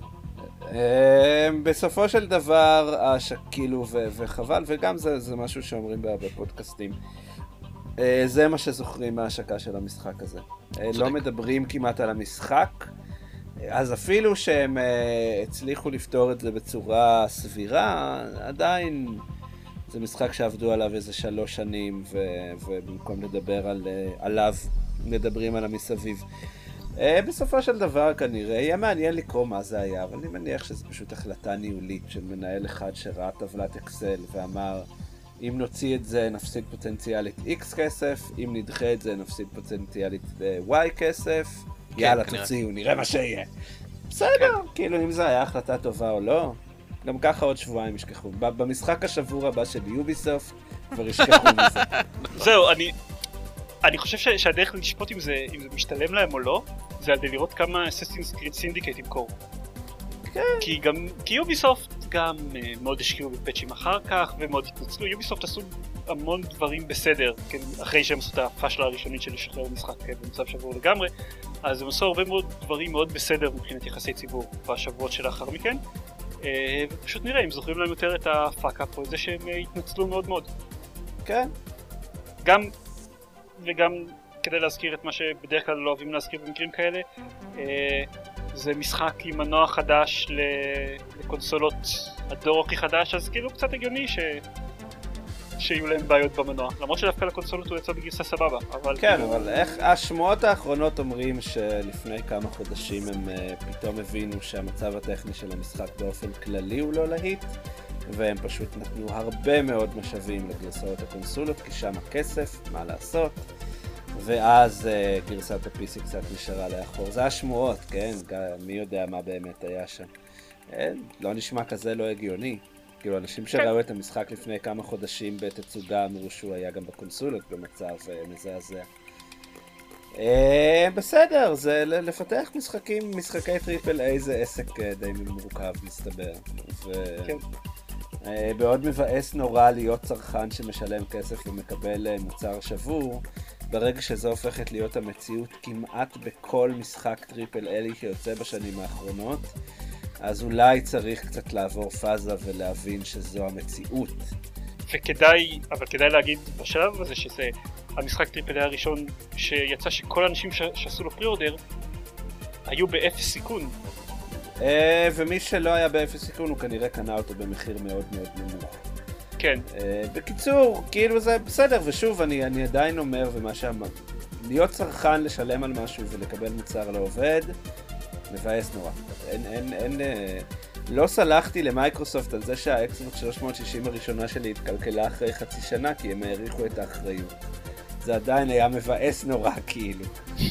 בסופו של דבר, כאילו, וחבל, וגם זה, זה משהו שאומרים בפודקאסטים, זה מה שזוכרים מההשקה של המשחק הזה. לא מדברים כמעט על המשחק, אז אפילו שהם הצליחו לפתור את זה בצורה סבירה, עדיין זה משחק שעבדו עליו איזה שלוש שנים, ו- ובמקום לדבר על, עליו, מדברים על המסביב. בסופו של דבר כנראה, יהיה מעניין לקרוא מה זה היה, אבל אני מניח שזה פשוט החלטה ניהולית של מנהל אחד שראה טבלת אקסל ואמר, אם נוציא את זה נפסיד פוטנציאלית X כסף, אם נדחה את זה נפסיד פוטנציאלית Y כסף, כן, יאללה כנראה. תוציאו, נראה מה שיהיה. בסדר, כן. כאילו אם זה היה החלטה טובה או לא, גם ככה עוד שבועיים ישכחו. במשחק השבוע הבא של יוביסופט כבר ישכחו מזה. זהו, אני... אני חושב ש- שהדרך לשפוט אם זה, אם זה משתלם להם או לא, זה על די לראות כמה Assassin's Creed Syndicate ימכור. כן. כי גם, כי יוביסופט גם uh, מאוד השקיעו בפאצ'ים אחר כך, ומאוד התנצלו. יוביסופט עשו המון דברים בסדר, כן, אחרי שהם עשו את הפאשלה הראשונית של לשחרר משחק במצב שבור לגמרי, אז הם עשו הרבה מאוד דברים מאוד בסדר מבחינת יחסי ציבור בשבועות שלאחר מכן, uh, ופשוט נראה אם זוכרים להם יותר את הפאק-אפ או את זה שהם uh, התנצלו מאוד מאוד. כן. גם... וגם כדי להזכיר את מה שבדרך כלל לא אוהבים להזכיר במקרים כאלה, זה משחק עם מנוע חדש לקונסולות הדור הכי חדש, אז כאילו קצת הגיוני ש... שיהיו להם בעיות במנוע, למרות שדווקא לקונסולות הוא יצא בגרסה סבבה, אבל... כן, כאילו... אבל איך השמועות האחרונות אומרים שלפני כמה חודשים הם פתאום הבינו שהמצב הטכני של המשחק באופן כללי הוא לא להיט, והם פשוט נתנו הרבה מאוד משאבים לגרסאות הקונסולות, כי שם הכסף, מה לעשות, ואז uh, גרסת ה-פי סי קצת נשארה לאחור. זה השמועות, כן? מי יודע מה באמת היה שם. אין, לא נשמע כזה לא הגיוני. כאילו, אנשים שראו את המשחק לפני כמה חודשים בתצוגה אמרו שהוא היה גם בקונסולות במצב uh, מזעזע. Uh, בסדר, זה לפתח משחקים, משחקי טריפל איי זה עסק uh, די מורכב, מסתבר. ו... כן. בעוד מבאס נורא להיות צרכן שמשלם כסף ומקבל מוצר שבור, ברגע שזו הופכת להיות המציאות כמעט בכל משחק טריפל איי שיוצא בשנים האחרונות, אז אולי צריך קצת לעבור פאזה ולהבין שזו המציאות. וכדאי, אבל כדאי להגיד בשלב הזה שזה המשחק טריפל איי הראשון שיצא שכל האנשים ש... שעשו לו פרי-אורדר היו באפס סיכון. ומי שלא היה באפס סיכון הוא כנראה קנה אותו במחיר מאוד מאוד נמוך. כן. בקיצור, כאילו זה בסדר, ושוב אני, אני עדיין אומר, ומה שאמר, להיות צרכן לשלם על משהו ולקבל מוצר לעובד, מבאס נורא. אין, אין, אין, לא סלחתי למייקרוסופט על זה שהאקסבוקס שלוש מאות שישים הראשונה שלי התקלקלה אחרי חצי שנה, כי הם העריכו את האחריות. זה עדיין היה מבאס נורא, כאילו.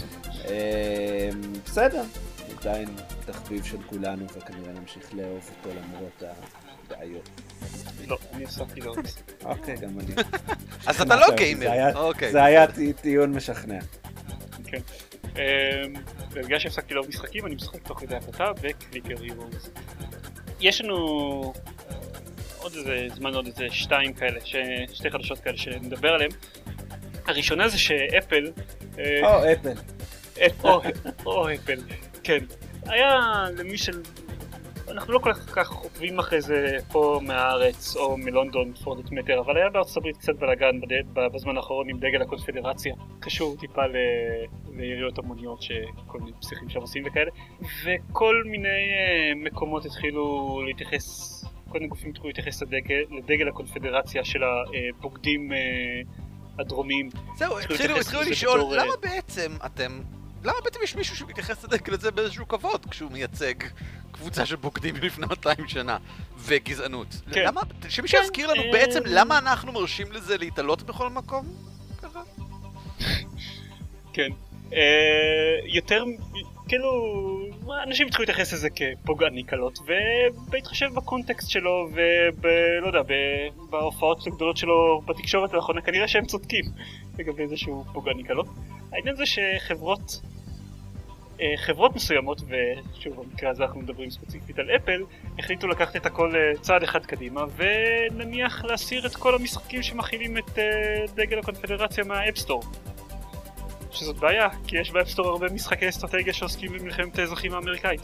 בסדר. עדיין תחביב של כולנו, וכנראה נמשיך לאהוב אותו למרות הבעיות. לא, אני הפסקתי לאהוב. אוקיי, גם אני. אז אתה לא גיימר. זה היה טיעון משכנע. כן. בגלל שהפסקתי לאהוב משחקים, אני משחק תוך כדי הקלטה בקליקר הירוז. יש לנו עוד איזה זמן, עוד איזה שתיים כאלה, שתי חדשות כאלה שנדבר עליהן. הראשונה זה שאפל... או, אפל. או, אפל. כן, היה למי של... אנחנו לא כל כך עוקבים אחרי זה פה מהארץ או מלונדון, for that matter, אבל היה בארצות הברית קצת בלגן בזמן האחרון עם דגל הקונפדרציה. קשור טיפה ליריות המוניות שכל מיני פסיכים שם עושים וכאלה. וכל מיני מקומות התחילו להתייחס, כל מיני גופים התחילו להתייחס לדגל, לדגל הקונפדרציה של הבוגדים הדרומיים. זהו, התחילו לשאול, למה בעצם אתם... למה בעצם יש מישהו שמתייחס לדגל לזה באיזשהו כבוד כשהוא מייצג קבוצה של בוגדים לפני מאתיים שנה וגזענות? כן. למה, שמישהו כן. יזכיר לנו בעצם למה אנחנו מרשים לזה להתעלות בכל מקום? ככה? כן. יותר, כאילו, אנשים התחילו להתייחס לזה כפוגעני קלות, ובהתחשב בקונטקסט שלו ולא יודע, בהופעות הגדולות שלו בתקשורת האחרונה, כנראה שהם צודקים לגבי איזשהו פוגעני קלות. העניין זה שחברות חברות מסוימות, ושוב במקרה הזה אנחנו מדברים ספציפית על אפל, החליטו לקחת את הכל צעד אחד קדימה ונניח להסיר את כל המשחקים שמכילים את דגל הקונפדרציה מהאפסטור, שזאת בעיה, כי יש באפסטור הרבה משחקי אסטרטגיה שעוסקים במלחמת האזרחים האמריקאית.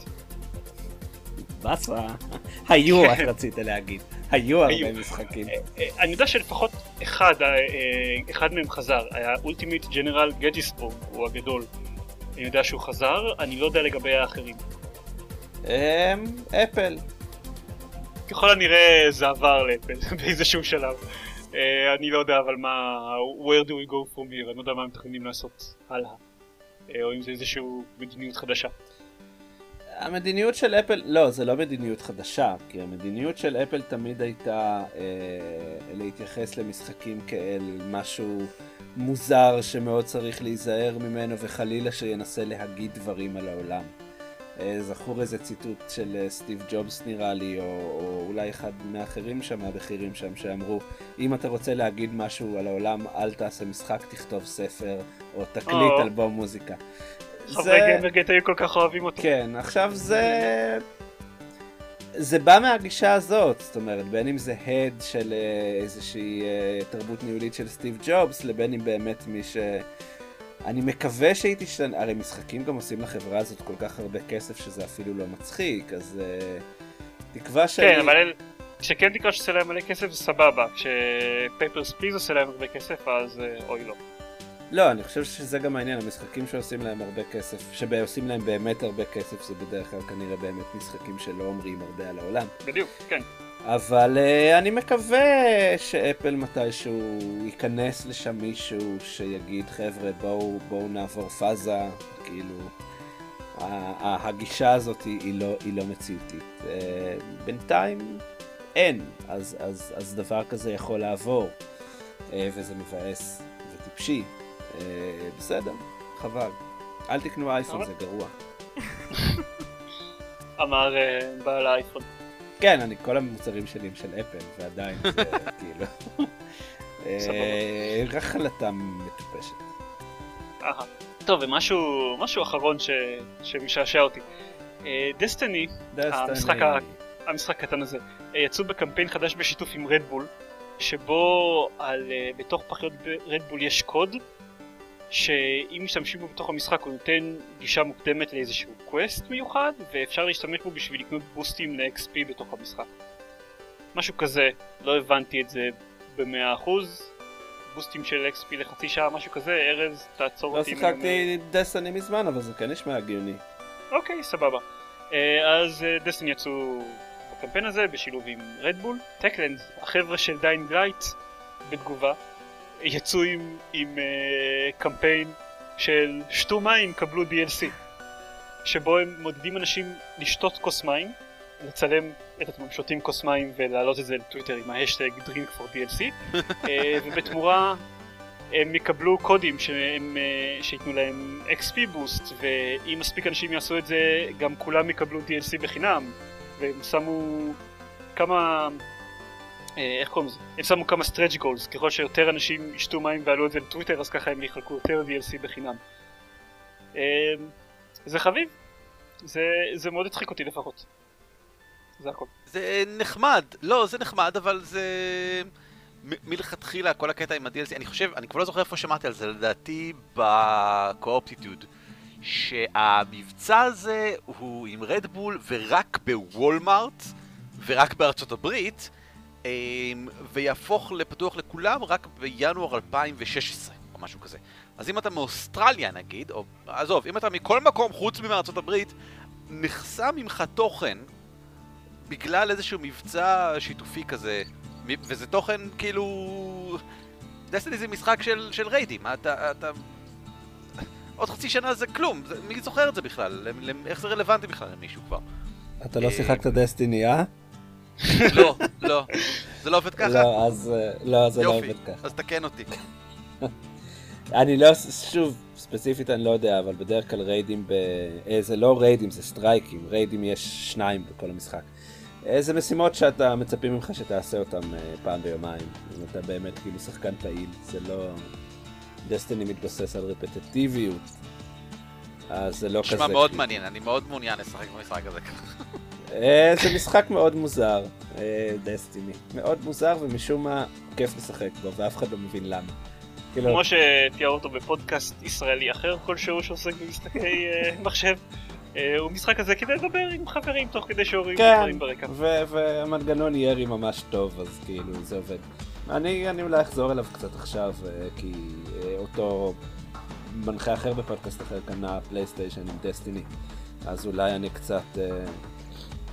בסה, היו, את רצית להגיד, היו הרבה משחקים. אני יודע שלפחות אחד, אחד מהם חזר, היה Ultimate General Gettysburg, הוא הגדול. אני יודע שהוא חזר, אני לא יודע לגבי האחרים. אפל. ככל הנראה זה עבר לאפל באיזשהו שלב. אני לא יודע אבל מה, where do we go from here, אני לא יודע מה הם מתכננים לעשות הלאה. או אם זה איזשהו מדיניות חדשה. המדיניות של אפל, לא, זה לא מדיניות חדשה, כי המדיניות של אפל תמיד הייתה אה, להתייחס למשחקים כאל משהו מוזר שמאוד צריך להיזהר ממנו וחלילה שינסה להגיד דברים על העולם. אה, זכור איזה ציטוט של אה, סטיב ג'ובס נראה לי, או, או אולי אחד מהאחרים שם, הבכירים שם, שאמרו, אם אתה רוצה להגיד משהו על העולם, אל תעשה משחק, תכתוב ספר, או תקליט או. אלבום מוזיקה. חברי גיימרגייט היו כל כך אוהבים אותי. כן, עכשיו זה... זה בא מהגישה הזאת, זאת אומרת, בין אם זה הד של איזושהי תרבות ניהולית של סטיב ג'ובס, לבין אם באמת מי ש... אני מקווה שהיא תשתנה, הרי משחקים גם עושים לחברה הזאת כל כך הרבה כסף שזה אפילו לא מצחיק, אז תקווה ש... כן, אבל כשכן תקווה שעושה להם מלא כסף זה סבבה, כשפייפרס פליז עושה להם הרבה כסף אז אוי לא. לא, אני חושב שזה גם העניין, המשחקים שעושים להם הרבה כסף, שעושים להם באמת הרבה כסף, זה בדרך כלל כנראה באמת משחקים שלא אומרים הרבה על העולם. בדיוק, כן. אבל uh, אני מקווה שאפל מתישהו ייכנס לשם מישהו שיגיד, חבר'ה, בואו, בואו נעבור פאזה, כאילו, הגישה הזאת היא, היא, לא, היא לא מציאותית. Uh, בינתיים אין, אז, אז, אז דבר כזה יכול לעבור, uh, וזה מבאס וטיפשי. Uh, בסדר, חבל. אל תקנו אייפון, זה גרוע. אמר uh, בעל האייפון. כן, אני, כל המוצרים שלי הם של אפל, ועדיין זה כאילו... רק החלטה מטופשת. אהה. טוב, ומשהו משהו אחרון ש, שמשעשע אותי. דסטיני, המשחק, המשחק הקטן הזה, יצאו בקמפיין חדש בשיתוף עם רדבול, שבו על, בתוך פחיות רדבול יש קוד, שאם משתמשים בו בתוך המשחק הוא נותן גישה מוקדמת לאיזשהו קווסט מיוחד, ואפשר להשתמש בו בשביל לקנות בוסטים ל-אקס פי בתוך המשחק. משהו כזה, לא הבנתי את זה ב-מאה אחוז, בוסטים של אקס פי לחצי שעה, משהו כזה, ארז, תעצור אותי. לא שיחקתי דסטיני מזמן, אבל זה כן נשמע הגיוני. אוקיי, סבבה. אז דסטיני יצאו בקמפיין הזה בשילוב עם רדבול. טקלנד, החבר'ה של דיינג לייט, בתגובה, יצאו עם, עם uh, קמפיין של שתו מים, קבלו די אל סי, שבו הם מודדים אנשים לשתות כוס מים, לצלם את עצמם שותים כוס מים ולהעלות את זה לטוויטר עם ההשטג drink for די אל סי, uh, ובתמורה הם יקבלו קודים שהם, uh, שיתנו להם אקס פי בוסט, ואם מספיק אנשים יעשו את זה גם כולם יקבלו די אל סי בחינם, והם שמו כמה... איך קוראים לזה? הם שמו כמה stretch goals, ככל שיותר אנשים ישתו מים ועלו את זה לטוויטר, אז ככה הם יחלקו יותר די אל סי בחינם. זה חביב, זה, זה מאוד הצחיק אותי לפחות. זה הכל. זה נחמד, לא זה נחמד, אבל זה... מ- מלכתחילה כל הקטע עם ה-די אל סי, אני חושב, אני כבר לא זוכר איפה שמעתי על זה, לדעתי בקואופטיטוד, שהמבצע הזה הוא עם רדבול ורק בוולמארט ורק בארצות הברית, ויהפוך לפתוח לכולם רק בינואר אלפיים ושש עשרה או משהו כזה. אז אם אתה מאוסטרליה נגיד, או עזוב, אם אתה מכל מקום חוץ מארצות הברית, נחסם ממך תוכן בגלל איזשהו מבצע שיתופי כזה, וזה תוכן כאילו... דסטיני זה משחק של, של ריידים, אתה, אתה... עוד חצי שנה זה כלום, זה... מי זוכר את זה בכלל? איך זה רלוונטי בכלל למישהו כבר? אתה לא שיחקת דסטיני, אה? לא, לא. זה לא עובד ככה? לא, אז לא, זה לא עובד ככה. יופי, אז תקן אותי. אני לא, שוב, ספציפית אני לא יודע, אבל בדרך כלל ריידים ב... זה לא ריידים, זה סטרייקים. ריידים יש שניים בכל המשחק. זה משימות שאתה מצפים ממך שתעשה אותם פעם ביומיים. אם אתה באמת כאילו שחקן פעיל, זה לא... דסטיני מתבסס על רפטטיביות. אז זה לא כזה... נשמע מאוד מעניין, אני מאוד מעוניין לשחק במשחק הזה ככה. זה משחק מאוד מוזר, דסטיני. מאוד מוזר ומשום מה כיף לשחק בו, ואף אחד לא מבין למה. כמו שתיאר אותו בפודקאסט ישראלי אחר כלשהו שעוסק במשחקי מחשב, הוא משחק הזה כדי לדבר עם חברים תוך כדי שהורים דברים ברקע. כן, והמנגנון ירי ממש טוב, אז כאילו זה עובד. אני אולי אחזור אליו קצת עכשיו, כי אותו מנחה אחר בפודקאסט אחר קנה פלייסטיישן עם דסטיני, אז אולי אני קצת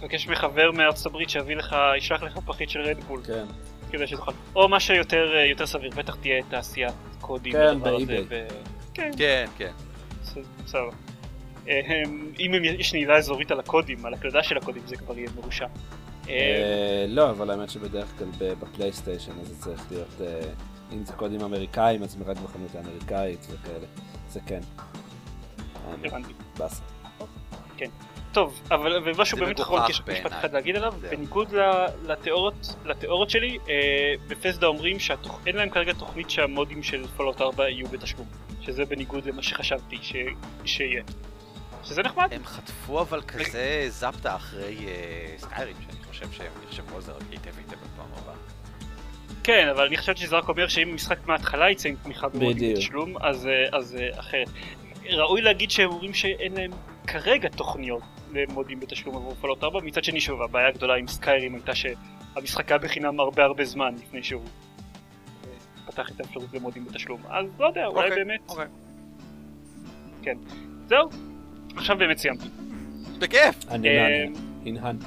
תבקש מחבר מארצות הברית שיביא לך, ישלח לך פחית של רדבול. כן. כדי שתוכל. או מה שיותר יותר סביר, בטח תהיה תעשיית קודים. כן, באיביי. כן, כן, כן. בסדר. אם יש נעילה אזורית על הקודים, על הקלדה של הקודים, זה כבר יהיה מרושע. לא, אבל האמת שבדרך כלל בפלייסטיישן אז זה צריך להיות, אם זה קודים אמריקאים, אז רק בחנות האמריקאית וכאלה. זה כן. הבנתי. בסה. כן. טוב, אבל משהו באמת אחרון, כי יש משפט אחד להגיד עליו, בניגוד לתיאוריות שלי, בפסדה אומרים שאין להם כרגע תוכנית שהמודים של פולאאוט ארבע יהיו בתשלום, שזה בניגוד למה שחשבתי שיהיה. שזה נחמד. הם חטפו אבל כזה זפטה אחרי סקיירים, שאני חושב שהם יחשבו על זה רק היטב היטב בפעם הבאה. כן, אבל אני חושבת שזה רק אומר שאם המשחק מההתחלה יצא עם תמיכה במודים בתשלום, אז אחרת. ראוי להגיד שהם אומרים שאין להם כרגע תוכניות למודים בתשלום עבור פולאאוט ארבע, מצד שני שוב, הבעיה הגדולה עם סקיירים הייתה שהמשחק היה בחינם הרבה הרבה זמן לפני שהוא פתח את האפשרות למודים בתשלום, אז לא יודע, אולי באמת. כן, זהו, עכשיו באמת סיימתי. בכיף! אני הנהנתי.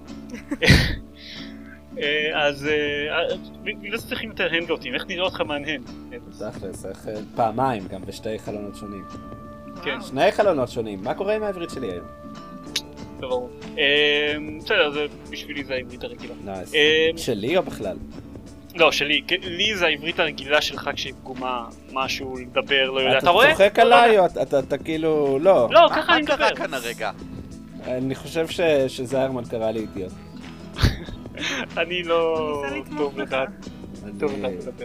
אז בגלל זה צריכים יותר הנדוטים, איך נראה אותך מהנהן? תכלס, פעמיים, גם בשתי חלונות שונים. כן. שני חלונות שונים, מה קורה עם העברית שלי היום? ברור. בסדר, זה בשבילי זה העברית הרגילה. שלי או בכלל? לא, שלי. לי זה העברית הרגילה שלך כשהיא פגומה משהו לדבר, לא יודע. אתה רואה? אתה צוחק עליי או אתה כאילו, לא. לא, ככה אני מדבר. מה קרה כאן הרגע? אני חושב שזיירמן קרא לי אידיוט. אני לא טוב לדעת. טוב לדעת לדבר.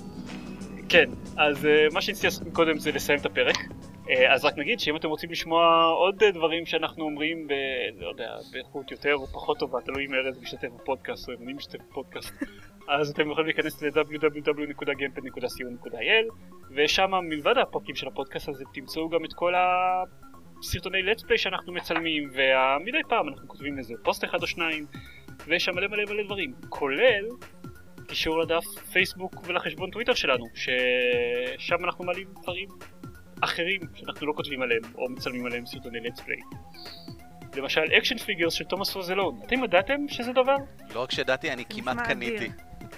כן, אז מה שניסיתי לעשות קודם זה לסיים את הפרק. אז רק נגיד שאם אתם רוצים לשמוע עוד דברים שאנחנו אומרים ב... לא יודע, באיכות יותר או פחות טובה, תלוי אם ארז משתתף בפודקאסט או אם אני משתתף בפודקאסט, אז אתם יכולים להיכנס ל-דאבליו דאבליו דאבליו נקודה גיימפד נקודה סי או נקודה איי אל, ושם מלבד הפרקים של הפודקאסט הזה תמצאו גם את כל הסרטוני לטספליי שאנחנו מצלמים, ומדי פעם אנחנו כותבים לזה פוסט אחד או שניים, ויש שם מלא מלא מלא דברים, כולל קישור לדף פייסבוק ולחשבון טוויטר שלנו, ששם אנחנו מעלים דברים אחרים שאנחנו לא כותבים עליהם או מצלמים עליהם סרטוני לטספליי. למשל אקשן פיגרס של תומאס פוזלון. אתם ידעתם שזה דבר? לא רק שידעתי, אני כמעט קניתי.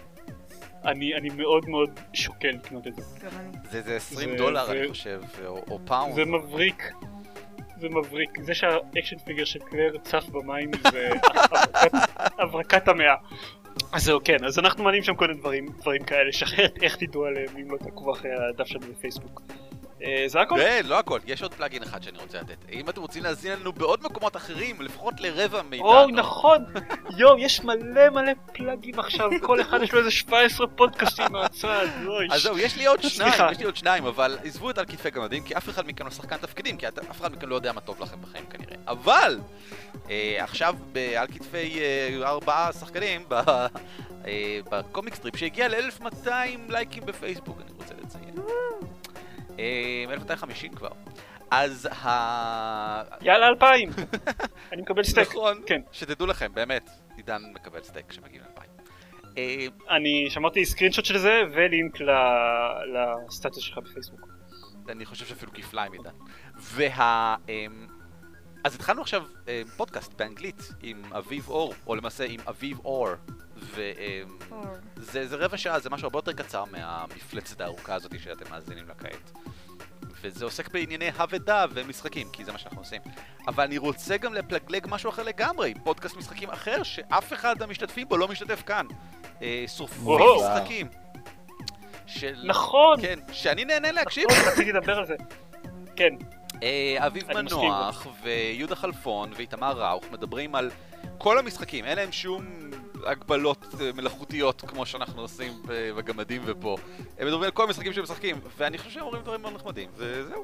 אני אני מאוד מאוד שוקל לקנות את זה. זה זה עשרים דולר אני חושב, או פאונד. זה מבריק. זה מבריק. זה שהאקשן פיגר של קלר צף במים זה הברקת המאה. אז זהו, כן, אז אנחנו מעלים שם כל מיני דברים, דברים כאלה, שאחרת איך תדעו עליהם אם לא תעקבו אחרי הדף שלנו בפייסבוק. זה הכל? כן, לא הכל, יש עוד פלאגין אחד שאני רוצה לתת. אם אתם רוצים להזין לנו בעוד מקומות אחרים, לפחות לרבע מידע. או, נכון! יו, יש מלא מלא פלאגים עכשיו, כל אחד יש לו איזה שבע עשרה פודקאסטים מהצד, לא איש. אז זהו, יש לי עוד שניים, יש לי עוד שניים, אבל עזבו את על כתפי גמדים, כי אף אחד מכם לא שחקן תפקידים, כי אף אחד מכם לא יודע מה טוב לכם בחיים כנראה. אבל, עכשיו על כתפי ארבעה שחקנים, בקומיק סטריפ שהגיע ל-אלף מאתיים לייקים בפייסבוק, אני רוצה לציין. אלף מאתיים וחמישים כבר. אז ה... יאללה אלפיים! אני מקבל סטייק. נכון, כן. שתדעו לכם, באמת, עידן מקבל סטייק כשמגיעים אלפיים. אני שמרתי סקרינשוט של זה ולינק לסטטוס שלך בפייסבוק. אני חושב שאפילו כפליים עידן. וה... אז התחלנו עכשיו פודקאסט באנגלית עם אביב אור, או למעשה עם אביב אור. וזה רבע שעה, זה משהו הרבה יותר קצר מהמפלצת הארוכה הזאת שאתם מאזינים לה כעת. וזה עוסק בענייני הוודא ומשחקים, כי זה מה שאנחנו עושים. אבל אני רוצה גם לפלגלג משהו אחר לגמרי, פודקאסט משחקים אחר שאף אחד המשתתפים בו לא משתתף כאן. שורפים משחקים. נכון! כן, שאני נהנה להקשיב. רציתי לדבר על זה. כן. אביב מנוח ויהודה חלפון ואיתמר ראוך מדברים על כל המשחקים, אין להם שום הגבלות מלאכותיות כמו שאנחנו עושים בגמדים ופה. הם מדברים על כל המשחקים שהם משחקים, ואני חושב שהם אומרים דברים מאוד נחמדים, וזהו.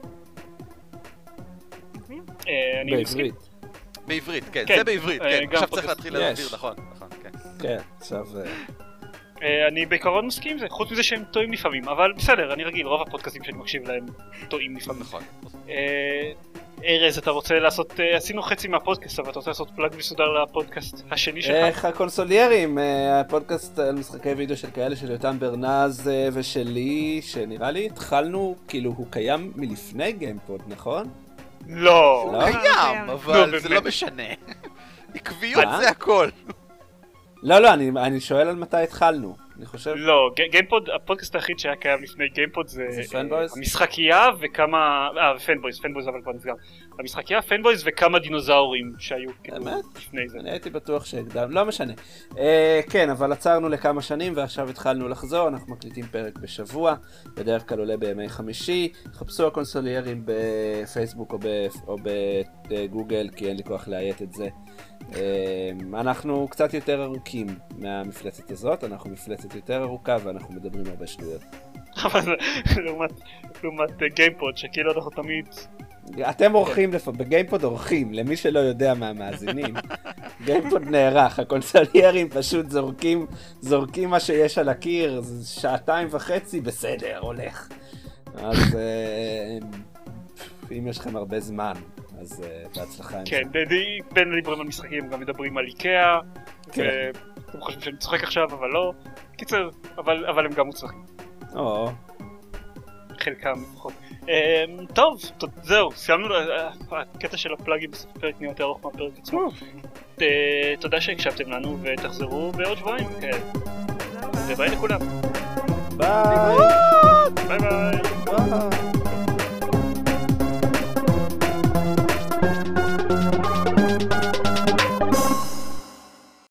בעברית. בעברית, כן, זה בעברית, כן. עכשיו צריך להתחיל להסביר, נכון, נכון, כן. כן, עכשיו... אני בעיקרון מסכים עם זה, חוץ מזה שהם טועים לפעמים, אבל בסדר, אני רגיל, רוב הפודקאסטים שאני מקשיב להם טועים לפעמים. נכון. ארז, אתה רוצה לעשות, עשינו חצי מהפודקאסט, אבל אתה רוצה לעשות פלאג מסודר לפודקאסט השני שלך? איך הקונסוליירים, הפודקאסט על משחקי וידאו של כאלה של יותם ברנז ושלי, שנראה לי התחלנו, כאילו הוא קיים מלפני גיימפוד, נכון? לא. הוא קיים, אבל זה לא משנה. עקביות זה הכל. לא, לא, אני, אני שואל על מתי התחלנו. אני חושב... לא, גיימפוד, הפודקאסט היחיד שהיה קיים לפני גיימפוד זה... זה פנבויז? המשחקייה וכמה... אה, פנבויז, פנבויז אבל כבר נסגר. המשחקייה, פנבויז וכמה דינוזאורים שהיו כאילו לפני זה. אני הייתי בטוח שהקדם, לא משנה. אה, כן, אבל עצרנו לכמה שנים ועכשיו התחלנו לחזור, אנחנו מקליטים פרק בשבוע, בדרך כלל עולה בימי חמישי, חפשו הקונסוליירים בפייסבוק או, ב, או בגוגל, כי אין לי כוח להיית את זה. אנחנו קצת יותר ארוכים מהמפלצת הזאת, אנחנו מפלצת יותר ארוכה ואנחנו מדברים הרבה שטויות. אבל לעומת גיימפוד שכאילו אנחנו תמיד... אתם אורחים, בגיימפוד אורחים, למי שלא יודע מהמאזינים. גיימפוד נערך, הקונסוליירים פשוט זורקים, זורקים מה שיש על הקיר, שעתיים וחצי, בסדר, הולך. אז אם יש לכם הרבה זמן, אז בהצלחה. כן, בין מדברים על משחקים גם מדברים על איקאה, ואתם חושבים שאני צוחק עכשיו, אבל לא. קיצר, אבל הם גם מוצלחים. או. חלקם לפחות. טוב, זהו, סיימנו הקטע של הפלאגים בסוף הפרק נהיה יותר ארוך מהפרק עצמו. תודה שהקשבתם לנו ותחזרו בעוד שבועיים. וביי לכולם. ביי.